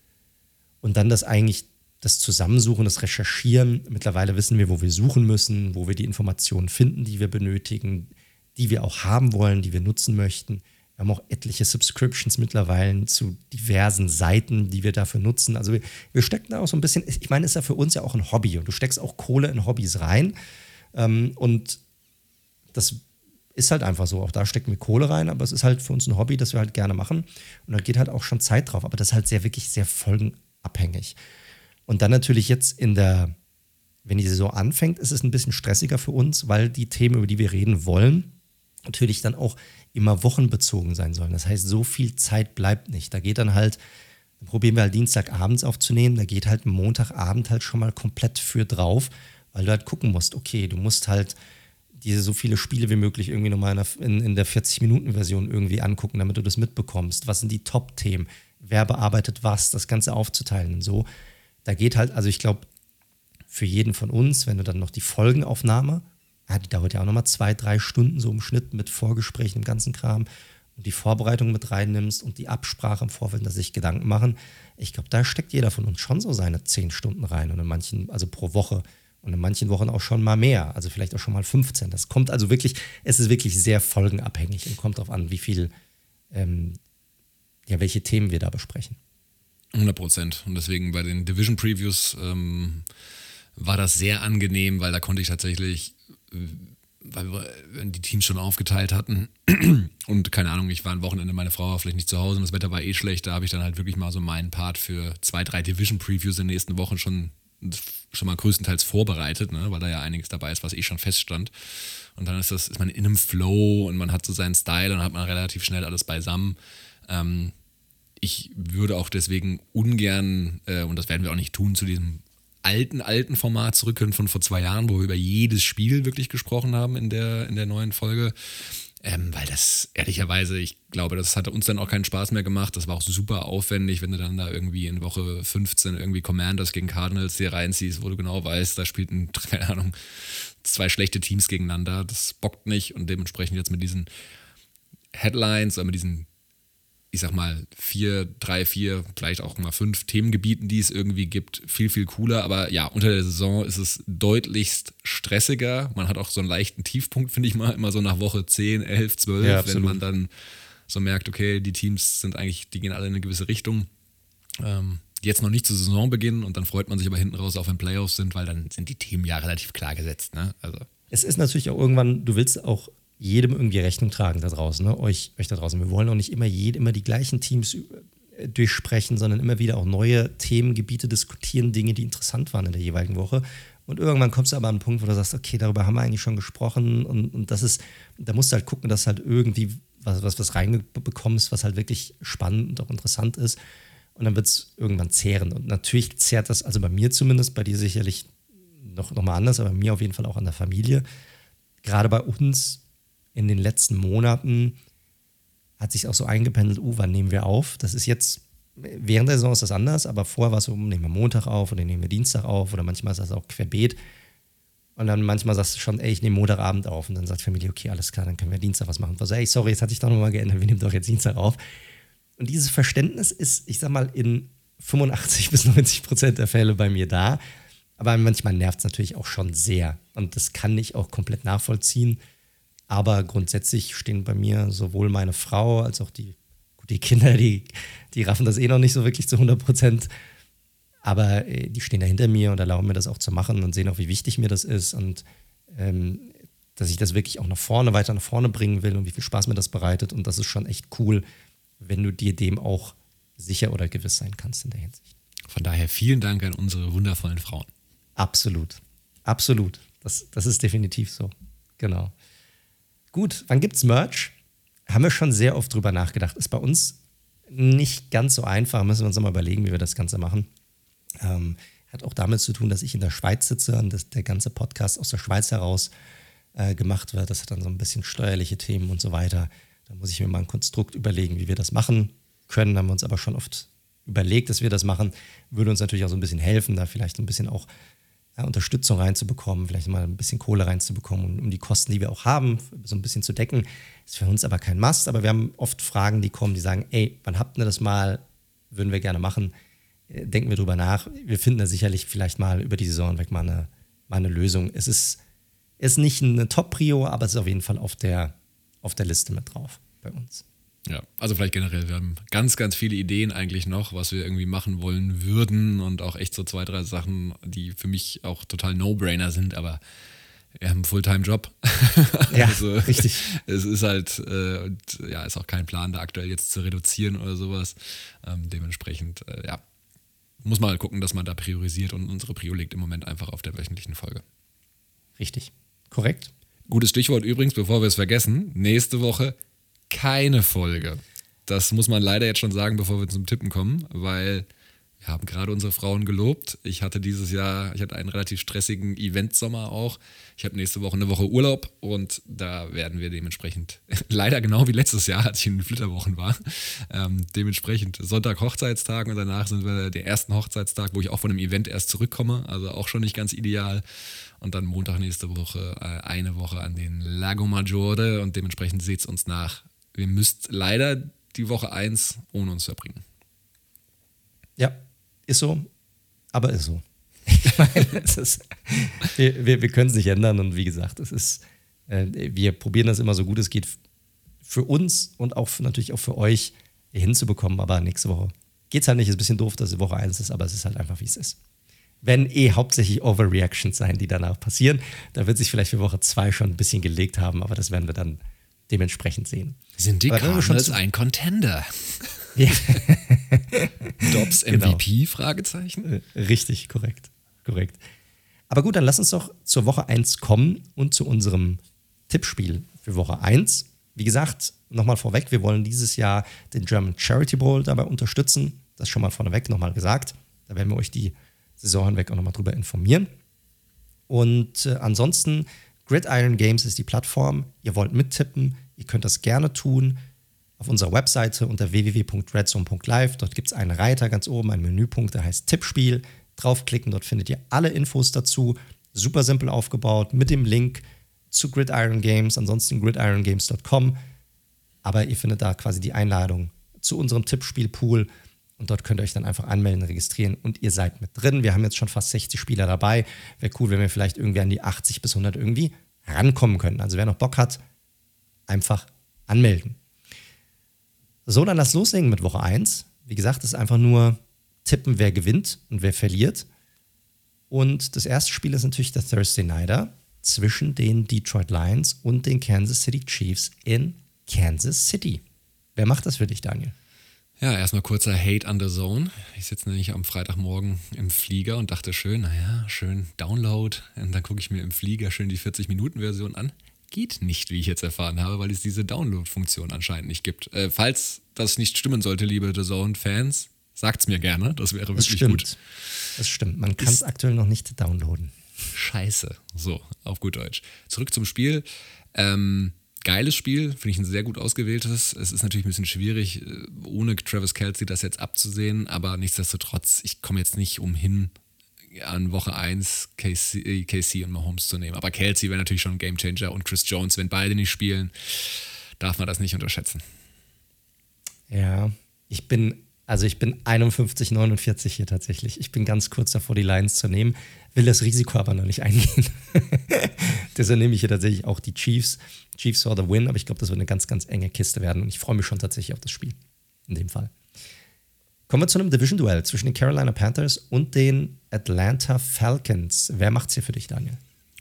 Speaker 1: Und dann das Zusammensuchen, das Recherchieren. Mittlerweile wissen wir, wo wir suchen müssen, wo wir die Informationen finden, die wir benötigen, die wir auch haben wollen, die wir nutzen möchten. Wir haben auch etliche Subscriptions mittlerweile zu diversen Seiten, die wir dafür nutzen. Also wir stecken da auch so ein bisschen, ich meine, ist ja für uns ja auch ein Hobby und du steckst auch Kohle in Hobbys rein. Und das ist halt einfach so. Auch da stecken wir Kohle rein, aber es ist halt für uns ein Hobby, das wir halt gerne machen. Und da geht halt auch schon Zeit drauf. Aber das ist halt wirklich sehr folgenabhängig. Und dann natürlich jetzt wenn die Saison anfängt, ist es ein bisschen stressiger für uns, weil die Themen, über die wir reden wollen, natürlich dann auch immer wochenbezogen sein sollen. Das heißt, so viel Zeit bleibt nicht. Dann probieren wir halt Dienstagabends aufzunehmen, da geht halt Montagabend halt schon mal komplett für drauf, weil du halt gucken musst, okay, du musst halt diese so viele Spiele wie möglich irgendwie nochmal in der 40-Minuten-Version irgendwie angucken, damit du das mitbekommst. Was sind die Top-Themen? Wer bearbeitet was? Das Ganze aufzuteilen und so. Da geht halt, also ich glaube, für jeden von uns, wenn du dann noch die Folgenaufnahme, die dauert ja auch nochmal 2-3 Stunden so im Schnitt mit Vorgesprächen, dem ganzen Kram und die Vorbereitung mit reinnimmst und die Absprache im Vorfeld, dass sich Gedanken machen. Ich glaube, da steckt jeder von uns schon so seine 10 Stunden rein und in manchen, also pro Woche und in manchen Wochen auch schon mal mehr, also vielleicht auch schon mal 15. Das kommt also wirklich, es ist wirklich sehr folgenabhängig und kommt darauf an, wie viel, welche Themen wir da besprechen.
Speaker 2: 100%. Und deswegen bei den Division Previews war das sehr angenehm, weil da konnte ich tatsächlich, weil wir die Teams schon aufgeteilt hatten und keine Ahnung, ich war ein Wochenende, meine Frau war vielleicht nicht zu Hause und das Wetter war schlecht, da habe ich dann halt wirklich mal so meinen Part für 2-3 Division Previews in den nächsten Wochen schon mal größtenteils vorbereitet, ne, weil da ja einiges dabei ist, was schon feststand. Und dann ist man in einem Flow und man hat so seinen Style und hat man relativ schnell alles beisammen. Ich würde auch deswegen ungern, und das werden wir auch nicht tun, zu diesem alten Format zurückkehren von vor 2 Jahren, wo wir über jedes Spiel wirklich gesprochen haben in der neuen Folge. Weil das ehrlicherweise, ich glaube, das hatte uns dann auch keinen Spaß mehr gemacht. Das war auch super aufwendig, wenn du dann da irgendwie in Woche 15 irgendwie Commanders gegen Cardinals hier reinziehst, wo du genau weißt, da spielten, keine Ahnung, 2 schlechte Teams gegeneinander. Das bockt nicht und dementsprechend jetzt mit diesen Headlines oder mit diesen, ich sag mal, 3, 4, vielleicht auch mal 5 Themengebieten, die es irgendwie gibt, viel, viel cooler. Aber ja, unter der Saison ist es deutlichst stressiger. Man hat auch so einen leichten Tiefpunkt, finde ich mal, immer so nach Woche 10, 11, 12, ja, wenn man dann so merkt, okay, die Teams die gehen alle in eine gewisse Richtung. Jetzt noch nicht zu Saisonbeginn und dann freut man sich aber hinten raus auf, wenn Playoffs sind, weil dann sind die Themen ja relativ klar gesetzt. Ne? Also.
Speaker 1: Es ist natürlich auch irgendwann, du willst auch jedem irgendwie Rechnung tragen da draußen, ne? Euch da draußen. Wir wollen auch nicht immer die gleichen Teams durchsprechen, sondern immer wieder auch neue Themengebiete diskutieren, Dinge, die interessant waren in der jeweiligen Woche. Und irgendwann kommst du aber an einen Punkt, wo du sagst, okay, darüber haben wir eigentlich schon gesprochen und das ist, da musst du halt gucken, dass halt irgendwie was reinbekommst, was halt wirklich spannend und auch interessant ist. Und dann wird es irgendwann zehren. Und natürlich zehrt das, also bei mir zumindest, bei dir sicherlich noch mal anders, aber bei mir auf jeden Fall auch an der Familie. Gerade bei uns in den letzten Monaten hat sich auch so eingependelt, wann nehmen wir auf? Das ist jetzt, während der Saison ist das anders, aber vorher war es so, nehmen wir Montag auf oder nehmen wir Dienstag auf oder manchmal ist das auch querbeet. Und dann manchmal sagst du schon, ich nehme Montagabend auf. Und dann sagt Familie, okay, alles klar, dann können wir Dienstag was machen. Und so, sorry, jetzt hat sich doch nochmal geändert, wir nehmen doch jetzt Dienstag auf. Und dieses Verständnis ist, ich sag mal, in 85-90% der Fälle bei mir da. Aber manchmal nervt es natürlich auch schon sehr. Und das kann ich auch komplett nachvollziehen. Aber grundsätzlich stehen bei mir sowohl meine Frau als auch die Kinder, die raffen das noch nicht so wirklich zu 100%. Aber die stehen da hinter mir und erlauben mir das auch zu machen und sehen auch, wie wichtig mir das ist und dass ich das wirklich auch weiter nach vorne bringen will und wie viel Spaß mir das bereitet. Und das ist schon echt cool, wenn du dir dem auch sicher oder gewiss sein kannst in der Hinsicht.
Speaker 2: Von daher vielen Dank an unsere wundervollen Frauen.
Speaker 1: Absolut. Absolut. Das ist definitiv so. Genau. Gut, wann gibt's Merch? Haben wir schon sehr oft drüber nachgedacht. Ist bei uns nicht ganz so einfach. Müssen wir uns nochmal überlegen, wie wir das Ganze machen. Hat auch damit zu tun, dass ich in der Schweiz sitze und dass der ganze Podcast aus der Schweiz heraus gemacht wird. Das hat dann so ein bisschen steuerliche Themen und so weiter. Da muss ich mir mal ein Konstrukt überlegen, wie wir das machen können. Haben wir uns aber schon oft überlegt, dass wir das machen. Würde uns natürlich auch so ein bisschen helfen, da vielleicht ein bisschen auch Unterstützung reinzubekommen, vielleicht mal ein bisschen Kohle reinzubekommen, um die Kosten, die wir auch haben, so ein bisschen zu decken. Ist für uns aber kein Must, aber wir haben oft Fragen, die kommen, die sagen, ey, wann habt ihr das mal? Würden wir gerne machen. Denken wir drüber nach. Wir finden da sicherlich vielleicht mal über die Saison weg mal eine Lösung. Es ist nicht eine Top-Prio, aber es ist auf jeden Fall auf der Liste mit drauf bei uns.
Speaker 2: Ja, also vielleicht generell, wir haben ganz, ganz viele Ideen eigentlich noch, was wir irgendwie machen wollen würden und auch echt so 2, 3 Sachen, die für mich auch total No-Brainer sind, aber wir haben einen Fulltime-Job.
Speaker 1: Ja,
Speaker 2: also,
Speaker 1: richtig.
Speaker 2: Es ist halt, ist auch kein Plan, da aktuell jetzt zu reduzieren oder sowas. Dementsprechend, muss man halt gucken, dass man da priorisiert und unsere Prio liegt im Moment einfach auf der wöchentlichen Folge.
Speaker 1: Richtig, korrekt.
Speaker 2: Gutes Stichwort übrigens, bevor wir es vergessen, nächste Woche keine Folge. Das muss man leider jetzt schon sagen, bevor wir zum Tippen kommen, weil wir haben gerade unsere Frauen gelobt. Ich hatte einen relativ stressigen Eventsommer auch. Ich habe nächste Woche eine Woche Urlaub und da werden wir dementsprechend, leider genau wie letztes Jahr, als ich in den Flitterwochen war, dementsprechend Sonntag Hochzeitstag und danach sind wir der ersten Hochzeitstag, wo ich auch von einem Event erst zurückkomme, also auch schon nicht ganz ideal. Und dann Montag nächste Woche eine Woche an den Lago Maggiore und dementsprechend seht es uns nach. Ihr müsst leider die Woche 1 ohne uns verbringen.
Speaker 1: Ja, ist so, aber ist so. Ich meine, wir können es nicht ändern und wie gesagt, wir probieren das immer so gut es geht für uns und auch natürlich auch für euch hinzubekommen, aber nächste Woche geht es halt nicht, ist ein bisschen doof, dass es Woche 1 ist, aber es ist halt einfach, wie es ist. Werden hauptsächlich Overreactions sein, die danach passieren. Da wird sich vielleicht für Woche 2 schon ein bisschen gelegt haben, aber das werden wir dann dementsprechend sehen.
Speaker 2: Sind die Cardinals ein Contender?
Speaker 1: Ja.
Speaker 2: Dobbs MVP? Fragezeichen.
Speaker 1: Richtig, korrekt. Aber gut, dann lass uns doch zur Woche 1 kommen und zu unserem Tippspiel für Woche 1. Wie gesagt, nochmal vorweg, wir wollen dieses Jahr den German Charity Bowl dabei unterstützen. Das schon mal vorneweg nochmal gesagt. Da werden wir euch die Saison hinweg auch nochmal drüber informieren. Und ansonsten, Gridiron Games ist die Plattform. Ihr wollt mittippen, ihr könnt das gerne tun. Auf unserer Webseite unter www.redzone.live. Dort gibt es einen Reiter ganz oben, einen Menüpunkt, der heißt Tippspiel. Draufklicken, dort findet ihr alle Infos dazu. Super simpel aufgebaut mit dem Link zu Gridiron Games, ansonsten gridirongames.com. Aber ihr findet da quasi die Einladung zu unserem Tippspielpool und dort könnt ihr euch dann einfach anmelden, registrieren und ihr seid mit drin. Wir haben jetzt schon fast 60 Spieler dabei. Wäre cool, wenn wir vielleicht irgendwie an die 80 bis 100 irgendwie rankommen können. Also wer noch Bock hat, einfach anmelden. So, dann lass loslegen mit Woche 1. Wie gesagt, es ist einfach nur tippen, wer gewinnt und wer verliert. Und das erste Spiel ist natürlich der Thursday Nighter zwischen den Detroit Lions und den Kansas City Chiefs in Kansas City. Wer macht das für dich, Daniel?
Speaker 2: Ja, erstmal kurzer Hate on the Zone. Ich sitze nämlich am Freitagmorgen im Flieger und dachte schön Download. Und dann gucke ich mir im Flieger schön die 40-Minuten-Version an. Geht nicht, wie ich jetzt erfahren habe, weil es diese Download-Funktion anscheinend nicht gibt. Falls das nicht stimmen sollte, liebe The Zone-Fans, sagt's mir gerne. Das wäre wirklich gut.
Speaker 1: Das stimmt. Man kann es aktuell noch nicht downloaden.
Speaker 2: Scheiße. So, auf gut Deutsch. Zurück zum Spiel. Geiles Spiel, finde ich ein sehr gut ausgewähltes. Es ist natürlich ein bisschen schwierig, ohne Travis Kelce das jetzt abzusehen, aber nichtsdestotrotz, ich komme jetzt nicht umhin, an Woche 1 KC und Mahomes zu nehmen. Aber Kelce wäre natürlich schon ein Gamechanger und Chris Jones, wenn beide nicht spielen, darf man das nicht unterschätzen.
Speaker 1: Ja, ich bin Also ich bin 51,49 hier tatsächlich. Ich bin ganz kurz davor, die Lions zu nehmen, will das Risiko aber noch nicht eingehen. Deshalb nehme ich hier tatsächlich auch die Chiefs. Chiefs for the win, aber ich glaube, das wird eine ganz, ganz enge Kiste werden und ich freue mich schon tatsächlich auf das Spiel. In dem Fall. Kommen wir zu einem Division-Duell zwischen den Carolina Panthers und den Atlanta Falcons. Wer macht's hier für dich, Daniel?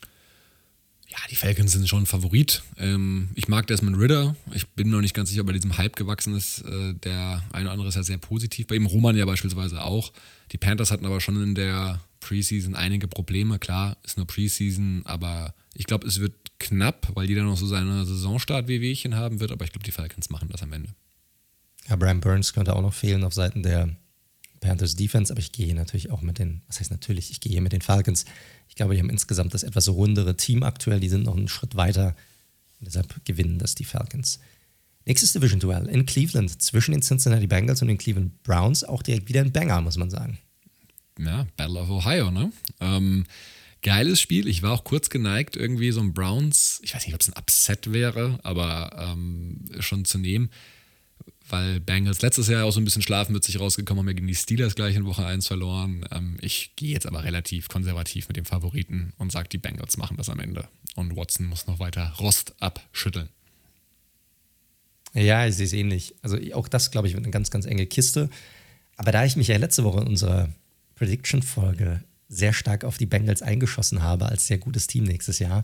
Speaker 2: Ja, die Falcons sind schon ein Favorit. Ich mag Desmond Ridder. Ich bin noch nicht ganz sicher, ob er diesem Hype gewachsen ist. Der eine oder andere ist ja sehr positiv. Bei ihm Roman ja beispielsweise auch. Die Panthers hatten aber schon in der Preseason einige Probleme. Klar, ist nur Preseason, aber ich glaube, es wird knapp, weil jeder noch so seine Saisonstart-Wehwehchen haben wird. Aber ich glaube, die Falcons machen das am Ende.
Speaker 1: Ja, Bram Burns könnte auch noch fehlen auf Seiten der Panthers Defense, aber ich gehe hier natürlich auch mit den, was heißt natürlich, ich gehe hier mit den Falcons. Ich glaube, die haben insgesamt das etwas rundere Team aktuell, die sind noch einen Schritt weiter und deshalb gewinnen das die Falcons. Nächstes Division-Duell in Cleveland zwischen den Cincinnati Bengals und den Cleveland Browns, auch direkt wieder ein Banger, muss man sagen.
Speaker 2: Ja, Battle of Ohio, ne? Geiles Spiel, ich war auch kurz geneigt, irgendwie so ein Browns, ich weiß nicht, ob es ein Upset wäre, aber schon zu nehmen. Weil Bengals letztes Jahr auch so ein bisschen schlafmützig rausgekommen, haben ja gegen die Steelers gleich in Woche 1 verloren. Ich gehe jetzt aber relativ konservativ mit dem Favoriten und sage, die Bengals machen das am Ende. Und Watson muss noch weiter Rost abschütteln.
Speaker 1: Ja, ich sehe es ähnlich. Also auch das, glaube ich, wird eine ganz, ganz enge Kiste. Aber da ich mich ja letzte Woche in unserer Prediction-Folge sehr stark auf die Bengals eingeschossen habe als sehr gutes Team nächstes Jahr,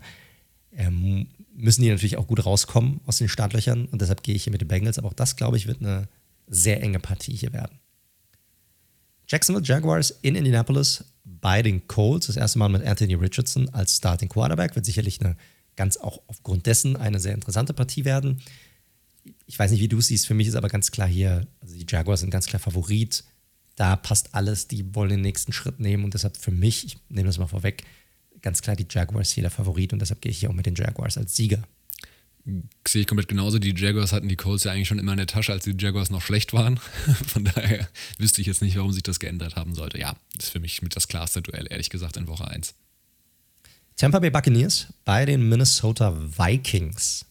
Speaker 1: müssen die natürlich auch gut rauskommen aus den Startlöchern und deshalb gehe ich hier mit den Bengals, aber auch das, glaube ich, wird eine sehr enge Partie hier werden. Jacksonville Jaguars in Indianapolis bei den Colts, das erste Mal mit Anthony Richardson als Starting Quarterback, wird sicherlich ganz auch aufgrund dessen eine sehr interessante Partie werden. Ich weiß nicht, wie du es siehst, für mich ist aber ganz klar hier, also die Jaguars sind ganz klar Favorit, da passt alles, die wollen den nächsten Schritt nehmen und deshalb für mich, ich nehme das mal vorweg, ganz klar die Jaguars hier der Favorit und deshalb gehe ich hier auch mit den Jaguars als Sieger.
Speaker 2: Sehe ich komplett genauso. Die Jaguars hatten die Colts ja eigentlich schon immer in der Tasche, als die Jaguars noch schlecht waren. Von daher wüsste ich jetzt nicht, warum sich das geändert haben sollte. Ja, das ist für mich mit das klarste Duell, ehrlich gesagt, in Woche 1.
Speaker 1: Tampa Bay Buccaneers bei den Minnesota Vikings.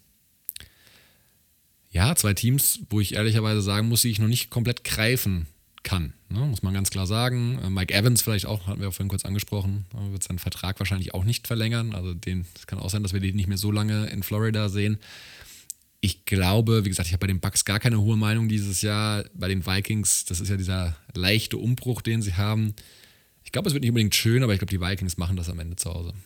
Speaker 2: Ja, zwei Teams, wo ich ehrlicherweise sagen muss, die ich noch nicht komplett greifen kann, ne? Muss man ganz klar sagen. Mike Evans vielleicht auch, hatten wir vorhin kurz angesprochen, wird seinen Vertrag wahrscheinlich auch nicht verlängern. Also es kann auch sein, dass wir den nicht mehr so lange in Florida sehen. Ich glaube, wie gesagt, ich habe bei den Bucks gar keine hohe Meinung dieses Jahr. Bei den Vikings, das ist ja dieser leichte Umbruch, den sie haben. Ich glaube, es wird nicht unbedingt schön, aber ich glaube, die Vikings machen das am Ende zu Hause.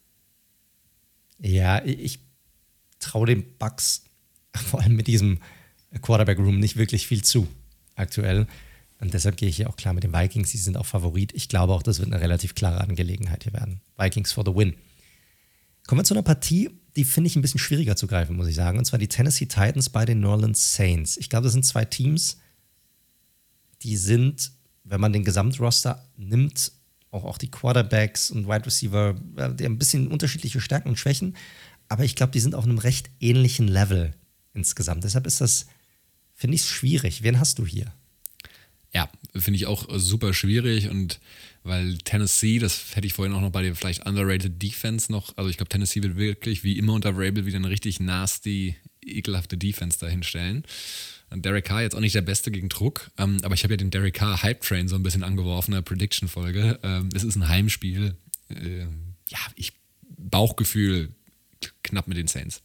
Speaker 1: Ja, ich traue den Bucks vor allem mit diesem Quarterback-Room nicht wirklich viel zu aktuell. Und deshalb gehe ich hier auch klar mit den Vikings. Sie sind auch Favorit. Ich glaube auch, das wird eine relativ klare Angelegenheit hier werden. Vikings for the win. Kommen wir zu einer Partie, die finde ich ein bisschen schwieriger zu greifen, muss ich sagen. Und zwar die Tennessee Titans bei den New Orleans Saints. Ich glaube, das sind zwei Teams, die sind, wenn man den Gesamtroster nimmt, auch die Quarterbacks und Wide Receiver, die haben ein bisschen unterschiedliche Stärken und Schwächen. Aber ich glaube, die sind auf einem recht ähnlichen Level insgesamt. Deshalb ist das, finde ich, schwierig. Wen hast du hier?
Speaker 2: Ja, finde ich auch super schwierig und weil Tennessee, das hätte ich vorhin auch noch bei der vielleicht underrated Defense noch, also ich glaube Tennessee wird wirklich wie immer unter Vrabel wieder eine richtig nasty, ekelhafte Defense dahinstellen. Und Derek Carr jetzt auch nicht der Beste gegen Druck, aber ich habe ja den Derek Carr Hype Train so ein bisschen angeworfen in der Prediction-Folge. Es ist ein Heimspiel. Bauchgefühl knapp mit den Saints.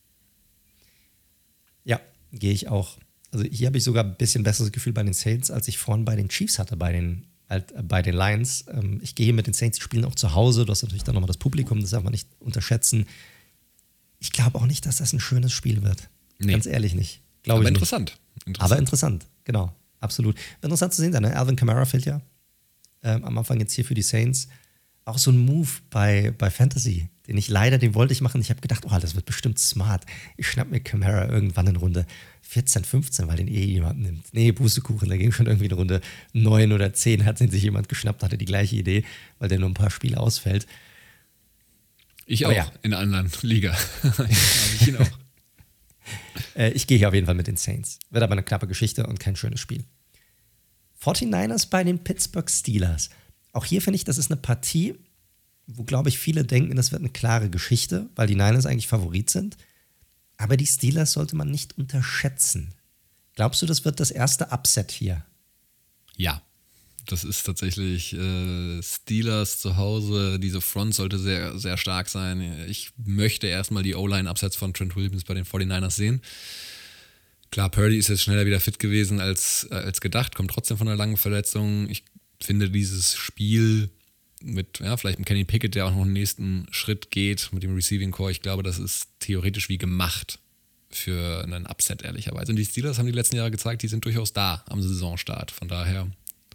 Speaker 2: Ja,
Speaker 1: gehe ich auch. Also hier habe ich sogar ein bisschen besseres Gefühl bei den Saints, als ich vorhin bei den Chiefs hatte, bei den Lions. Ich gehe mit den Saints, die spielen auch zu Hause. Du hast natürlich dann nochmal das Publikum, das darf man nicht unterschätzen. Ich glaube auch nicht, dass das ein schönes Spiel wird. Nee. Ganz ehrlich nicht.
Speaker 2: Aber interessant.
Speaker 1: Aber interessant, genau. Absolut. Interessant zu sehen sein, ne? Alvin Kamara fehlt ja am Anfang jetzt hier für die Saints. Auch so ein Move bei Fantasy, den wollte ich machen. Ich habe gedacht, oh, das wird bestimmt smart. Ich schnapp mir Kamara irgendwann in Runde 14, 15, weil den jemand nimmt. Nee, Pustekuchen, da ging schon irgendwie in Runde 9 oder 10, hat sich jemand geschnappt, hatte die gleiche Idee, weil der nur ein paar Spiele ausfällt.
Speaker 2: Ich auch, in einer anderen Liga. Ich ihn auch.
Speaker 1: Ich gehe hier auf jeden Fall mit den Saints. Wird aber eine knappe Geschichte und kein schönes Spiel. 49ers bei den Pittsburgh Steelers. Auch hier finde ich, das ist eine Partie, wo, glaube ich, viele denken, das wird eine klare Geschichte, weil die Niners eigentlich Favorit sind. Aber die Steelers sollte man nicht unterschätzen. Glaubst du, das wird das erste Upset hier?
Speaker 2: Ja, das ist tatsächlich Steelers zu Hause. Diese Front sollte sehr, sehr stark sein. Ich möchte erstmal die O-Line abseits von Trent Williams bei den 49ers sehen. Klar, Purdy ist jetzt schneller wieder fit gewesen als gedacht, kommt trotzdem von einer langen Verletzung. Ich finde dieses Spiel mit, vielleicht mit Kenny Pickett, der auch noch einen nächsten Schritt geht, mit dem Receiving Core, ich glaube, das ist theoretisch wie gemacht für einen Upset, ehrlicherweise. Und die Steelers haben die letzten Jahre gezeigt, die sind durchaus da am Saisonstart. Von daher.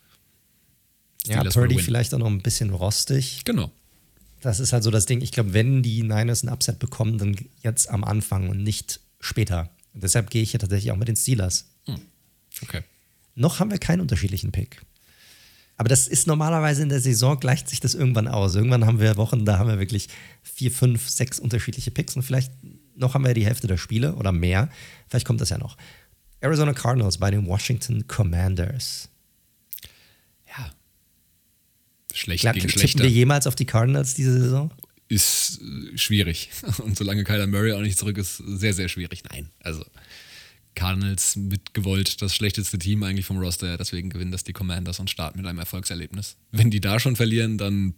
Speaker 1: Steelers Purdy vielleicht auch noch ein bisschen rostig.
Speaker 2: Genau.
Speaker 1: Das ist halt so das Ding. Ich glaube, wenn die Niners ein Upset bekommen, dann jetzt am Anfang und nicht später. Und deshalb gehe ich ja tatsächlich auch mit den Steelers.
Speaker 2: Okay.
Speaker 1: Noch haben wir keinen unterschiedlichen Pick. Aber das ist normalerweise in der Saison, gleicht sich das irgendwann aus. Irgendwann haben wir Wochen, da haben wir wirklich 4, 5, 6 unterschiedliche Picks und vielleicht noch haben wir die Hälfte der Spiele oder mehr. Vielleicht kommt das ja noch. Arizona Cardinals bei den Washington Commanders.
Speaker 2: Ja. Schlecht
Speaker 1: Klar,
Speaker 2: gegen schlechter.
Speaker 1: Tippen wir jemals auf die Cardinals diese Saison?
Speaker 2: Ist schwierig. Und solange Kyler Murray auch nicht zurück ist, sehr, sehr schwierig. Nein, also Cardinals mit gewollt das schlechteste Team eigentlich vom Roster, deswegen gewinnen das die Commanders und starten mit einem Erfolgserlebnis. Wenn die da schon verlieren, dann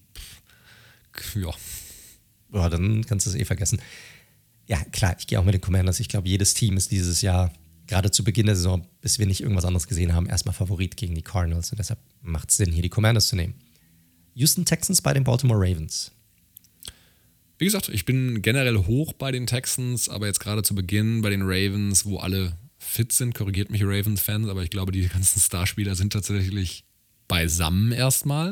Speaker 2: ja.
Speaker 1: Boah, dann kannst du es vergessen. Ja, klar, ich gehe auch mit den Commanders. Ich glaube, jedes Team ist dieses Jahr, gerade zu Beginn der Saison, bis wir nicht irgendwas anderes gesehen haben, erstmal Favorit gegen die Cardinals. Und deshalb macht es Sinn, hier die Commanders zu nehmen. Houston Texans bei den Baltimore Ravens.
Speaker 2: Wie gesagt, ich bin generell hoch bei den Texans, aber jetzt gerade zu Beginn bei den Ravens, wo alle fit sind, korrigiert mich Ravens-Fans, aber ich glaube, die ganzen Starspieler sind tatsächlich beisammen erstmal.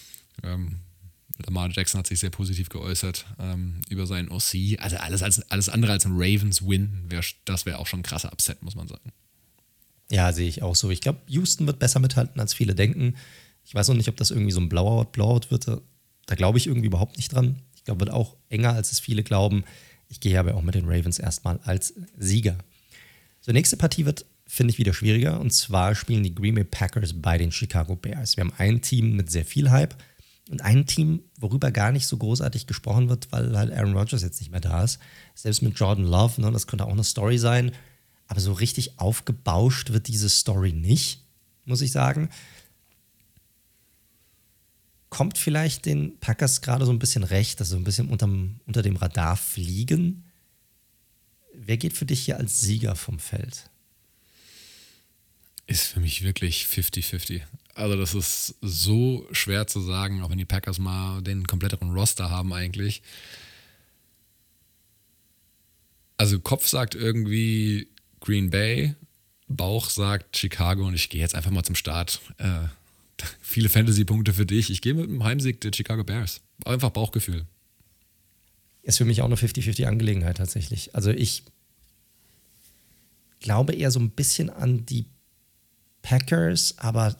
Speaker 2: Lamar Jackson hat sich sehr positiv geäußert über seinen OC. Also alles andere als ein Ravens-Win, das wäre auch schon ein krasser Upset, muss man sagen.
Speaker 1: Ja, sehe ich auch so. Ich glaube, Houston wird besser mithalten, als viele denken. Ich weiß noch nicht, ob das irgendwie so ein Blowout wird. Da glaube ich irgendwie überhaupt nicht dran. Ich glaube, wird auch enger, als es viele glauben. Ich gehe aber auch mit den Ravens erstmal als Sieger. So, nächste Partie wird, finde ich, wieder schwieriger. Und zwar spielen die Green Bay Packers bei den Chicago Bears. Wir haben ein Team mit sehr viel Hype und ein Team, worüber gar nicht so großartig gesprochen wird, weil halt Aaron Rodgers jetzt nicht mehr da ist. Selbst mit Jordan Love, das könnte auch eine Story sein. Aber so richtig aufgebauscht wird diese Story nicht, muss ich sagen. Kommt vielleicht den Packers gerade so ein bisschen recht, dass sie so ein bisschen unter dem Radar fliegen. Wer geht für dich hier als Sieger vom Feld?
Speaker 2: Ist für mich wirklich 50-50. Also das ist so schwer zu sagen, auch wenn die Packers mal den kompletteren Roster haben eigentlich. Also Kopf sagt irgendwie Green Bay, Bauch sagt Chicago und ich gehe jetzt einfach mal zum Start. Viele Fantasy-Punkte für dich. Ich gehe mit dem Heimsieg der Chicago Bears. Einfach Bauchgefühl.
Speaker 1: Ist für mich auch eine 50-50-Angelegenheit tatsächlich. Also ich glaube eher so ein bisschen an die Packers, aber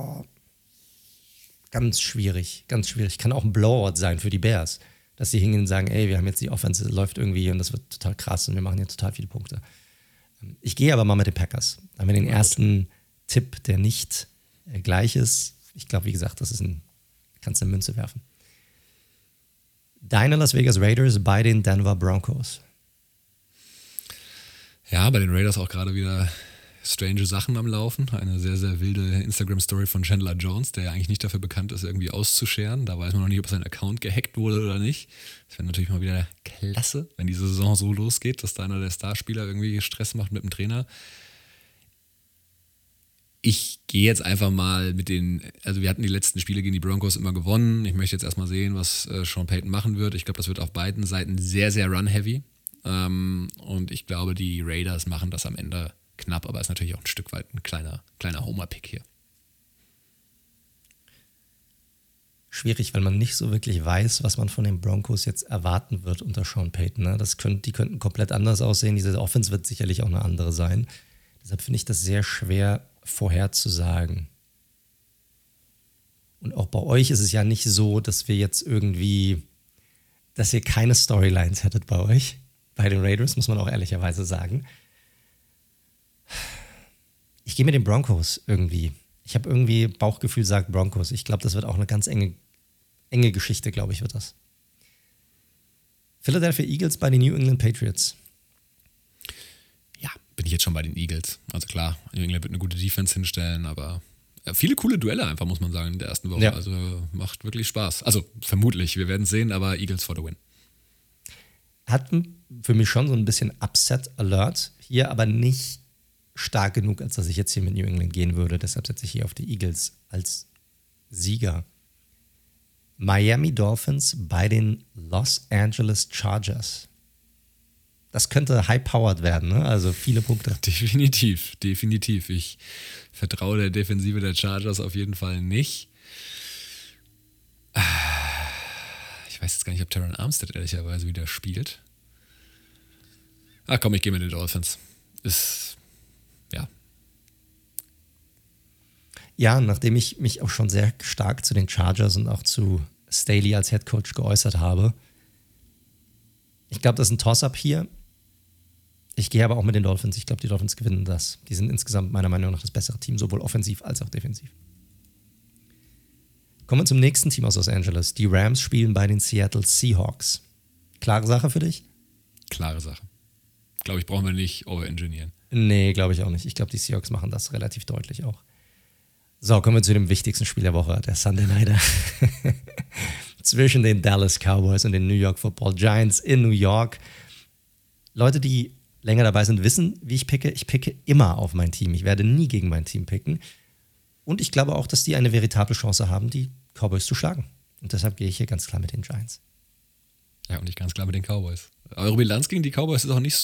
Speaker 1: ganz schwierig, ganz schwierig. Kann auch ein Blowout sein für die Bears, dass sie hingehen und sagen, ey, wir haben jetzt die Offense, läuft irgendwie und das wird total krass und wir machen jetzt total viele Punkte. Ich gehe aber mal mit den Packers. Da haben wir den ersten Tipp, der nicht gleich ist. Ich glaube, wie gesagt, kannst du eine Münze werfen. Deine Las Vegas Raiders bei den Denver Broncos.
Speaker 2: Ja, bei den Raiders auch gerade wieder strange Sachen am Laufen. Eine sehr, sehr wilde Instagram-Story von Chandler Jones, der ja eigentlich nicht dafür bekannt ist, irgendwie auszuscheren. Da weiß man noch nicht, ob sein Account gehackt wurde oder nicht. Das wäre natürlich mal wieder klasse, wenn die Saison so losgeht, dass da einer der Starspieler irgendwie Stress macht mit dem Trainer. Ich gehe jetzt einfach mal also wir hatten die letzten Spiele gegen die Broncos immer gewonnen. Ich möchte jetzt erstmal sehen, was Sean Payton machen wird. Ich glaube, das wird auf beiden Seiten sehr, sehr run-heavy. Und ich glaube, die Raiders machen das am Ende knapp, aber ist natürlich auch ein Stück weit ein kleiner Homer-Pick hier.
Speaker 1: Schwierig, weil man nicht so wirklich weiß, was man von den Broncos jetzt erwarten wird unter Sean Payton. Ne? Die könnten komplett anders aussehen. Diese Offense wird sicherlich auch eine andere sein. Deshalb finde ich das sehr schwer vorherzusagen. Und auch bei euch ist es ja nicht so, dass ihr keine Storylines hättet bei euch. Bei den Raiders, muss man auch ehrlicherweise sagen. Ich gehe mit den Broncos irgendwie. Ich habe irgendwie Bauchgefühl, sagt Broncos. Ich glaube, das wird auch eine ganz enge Geschichte, glaube ich, wird das. Philadelphia Eagles bei den New England Patriots.
Speaker 2: Ja, bin ich jetzt schon bei den Eagles. Also klar, New England wird eine gute Defense hinstellen, aber Viele coole Duelle einfach, muss man sagen, in der ersten Woche.
Speaker 1: Ja.
Speaker 2: Also macht wirklich Spaß. Also vermutlich, wir werden sehen, aber Eagles for the win.
Speaker 1: Hat für mich schon so ein bisschen Upset-Alert hier, aber nicht stark genug, als dass ich jetzt hier mit New England gehen würde. Deshalb setze ich hier auf die Eagles als Sieger. Miami Dolphins bei den Los Angeles Chargers. Das könnte high-powered werden, ne? Also viele Punkte.
Speaker 2: Definitiv. Ich vertraue der Defensive der Chargers auf jeden Fall nicht. Ich weiß jetzt gar nicht, ob Terron Armstead ehrlicherweise wieder spielt. Komm, ich gehe mit den Dolphins. Ja.
Speaker 1: Ja, nachdem ich mich auch schon sehr stark zu den Chargers und auch zu Staley als Headcoach geäußert habe. Ich glaube, das ist ein Toss-Up hier. Ich gehe aber auch mit den Dolphins. Ich glaube, die Dolphins gewinnen das. Die sind insgesamt meiner Meinung nach das bessere Team, sowohl offensiv als auch defensiv. Kommen wir zum nächsten Team aus Los Angeles. Die Rams spielen bei den Seattle Seahawks. Klare Sache für dich?
Speaker 2: Klare Sache. Glaube ich, brauchen wir nicht overengineeren.
Speaker 1: Nee, glaube ich auch nicht. Ich glaube, die Seahawks machen das relativ deutlich auch. So, kommen wir zu dem wichtigsten Spiel der Woche, der Sunday Nighter. Zwischen den Dallas Cowboys und den New York Football Giants in New York. Leute, die länger dabei sind, wissen, wie ich picke. Ich picke immer auf mein Team. Ich werde nie gegen mein Team picken. Und ich glaube auch, dass die eine veritable Chance haben, die Cowboys zu schlagen. Und deshalb gehe ich hier ganz klar mit den Giants.
Speaker 2: Ja, und ich ganz klar mit den Cowboys. Eure Bilanz gegen die Cowboys ist auch nicht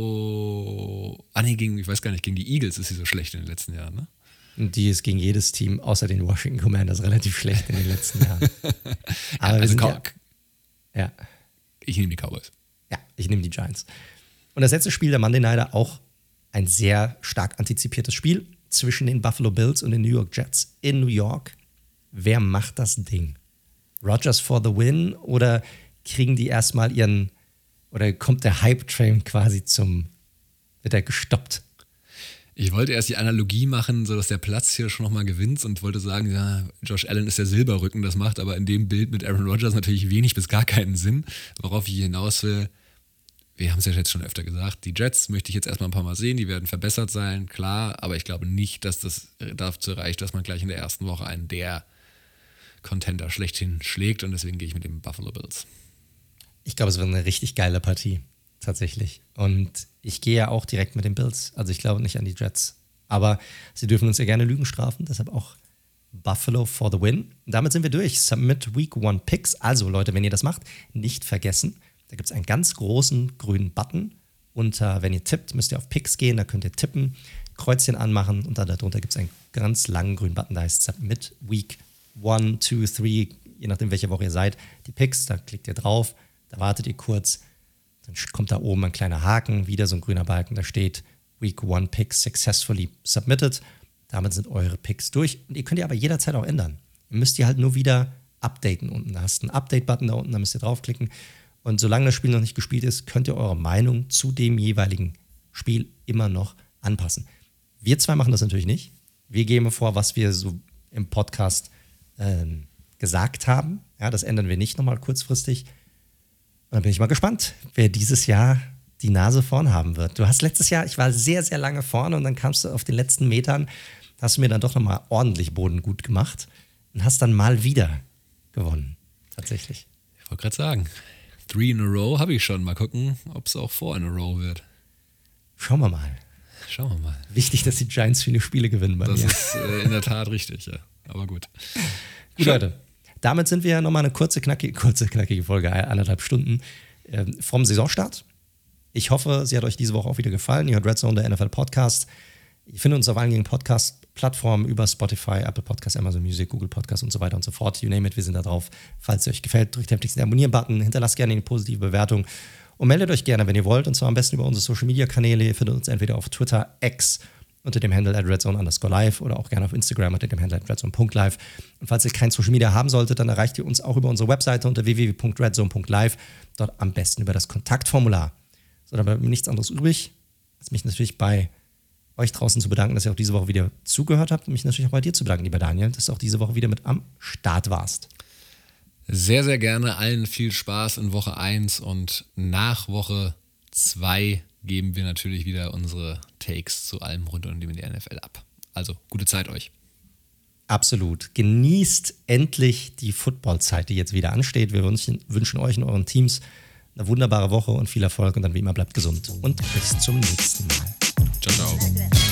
Speaker 2: so... ich weiß gar nicht, gegen die Eagles ist sie so schlecht in den letzten Jahren, ne?
Speaker 1: Und die ist gegen jedes Team außer den Washington Commanders relativ schlecht in den letzten Jahren. Aber
Speaker 2: also
Speaker 1: ja.
Speaker 2: Ich nehme die Cowboys.
Speaker 1: Ja, ich nehme die Giants. Und das letzte Spiel der Monday Nighter auch ein sehr stark antizipiertes Spiel zwischen den Buffalo Bills und den New York Jets in New York. Wer macht das Ding? Rodgers for the win oder kriegen die erstmal oder kommt der Hype-Train quasi wird er gestoppt?
Speaker 2: Ich wollte erst die Analogie machen, sodass der Platz hier schon nochmal gewinnt und wollte sagen, ja, Josh Allen ist der Silberrücken, das macht aber in dem Bild mit Aaron Rodgers natürlich wenig bis gar keinen Sinn. Worauf ich hinaus will, wir haben es ja jetzt schon öfter gesagt, die Jets möchte ich jetzt erstmal ein paar Mal sehen, die werden verbessert sein, klar, aber ich glaube nicht, dass das dazu reicht, dass man gleich in der ersten Woche einen der Contender schlechthin schlägt und deswegen gehe ich mit den Buffalo Bills.
Speaker 1: Ich glaube, es wird eine richtig geile Partie, tatsächlich. Und ich gehe ja auch direkt mit den Bills. Also ich glaube nicht an die Jets. Aber sie dürfen uns ja gerne Lügen strafen, deshalb auch Buffalo for the win. Und damit sind wir durch. Submit Week 1 Picks. Also Leute, wenn ihr das macht, nicht vergessen, da gibt es einen ganz großen grünen Button. Wenn ihr tippt, müsst ihr auf Picks gehen, da könnt ihr tippen, Kreuzchen anmachen und dann darunter gibt es einen ganz langen grünen Button, da heißt Submit Week 1, 2, 3, je nachdem welche Woche ihr seid, die Picks, da klickt ihr drauf, da wartet ihr kurz, dann kommt da oben ein kleiner Haken, wieder so ein grüner Balken, da steht Week 1 Picks successfully submitted. Damit sind eure Picks durch und ihr könnt die aber jederzeit auch ändern. Ihr müsst die halt nur wieder updaten unten. Da hast du einen Update-Button da unten, da müsst ihr draufklicken. Und solange das Spiel noch nicht gespielt ist, könnt ihr eure Meinung zu dem jeweiligen Spiel immer noch anpassen. Wir zwei machen das natürlich nicht. Wir geben vor, was wir so im Podcast gesagt haben. Ja, das ändern wir nicht nochmal kurzfristig. Und dann bin ich mal gespannt, wer dieses Jahr die Nase vorn haben wird. Du hast letztes Jahr, ich war sehr, sehr lange vorne und dann kamst du auf den letzten Metern, hast du mir dann doch nochmal ordentlich Boden gut gemacht und hast dann mal wieder gewonnen. Tatsächlich.
Speaker 2: Ich wollte gerade sagen, 3 in a row habe ich schon. Mal gucken, ob es auch 4 in a row wird.
Speaker 1: Schauen wir mal. Wichtig, dass die Giants viele Spiele gewinnen bei mir.
Speaker 2: Das ist in der Tat richtig, ja. Aber gut.
Speaker 1: Gut, Leute. Damit sind wir nochmal eine kurze, knackige Folge, 1,5 Stunden vom Saisonstart. Ich hoffe, sie hat euch diese Woche auch wieder gefallen. Ihr hört Red Zone, der NFL-Podcast. Ihr findet uns auf allen gängigen Podcast-Plattformen über Spotify, Apple Podcasts, Amazon Music, Google Podcasts und so weiter und so fort. You name it, wir sind da drauf. Falls es euch gefällt, drückt heftigst den Abonnieren-Button, hinterlasst gerne eine positive Bewertung und meldet euch gerne, wenn ihr wollt. Und zwar am besten über unsere Social-Media-Kanäle. Ihr findet uns entweder auf Twitter, X, unter dem Handle @redzone_live oder auch gerne auf Instagram unter dem Handle @redzone.live. Und falls ihr kein Social Media haben solltet, dann erreicht ihr uns auch über unsere Webseite unter www.redzone.live. Dort am besten über das Kontaktformular. So, dann bleibt mir nichts anderes übrig, als mich natürlich bei euch draußen zu bedanken, dass ihr auch diese Woche wieder zugehört habt und mich natürlich auch bei dir zu bedanken, lieber Daniel, dass du auch diese Woche wieder mit am Start warst.
Speaker 2: Sehr, sehr gerne. Allen viel Spaß in Woche 1 und nach Woche 2 geben wir natürlich wieder unsere Takes zu allem rund um die NFL ab. Also, gute Zeit euch.
Speaker 1: Absolut. Genießt endlich die Footballzeit, die jetzt wieder ansteht. Wir wünschen euch und euren Teams eine wunderbare Woche und viel Erfolg und dann wie immer bleibt gesund und bis zum nächsten Mal.
Speaker 2: Ciao, ciao.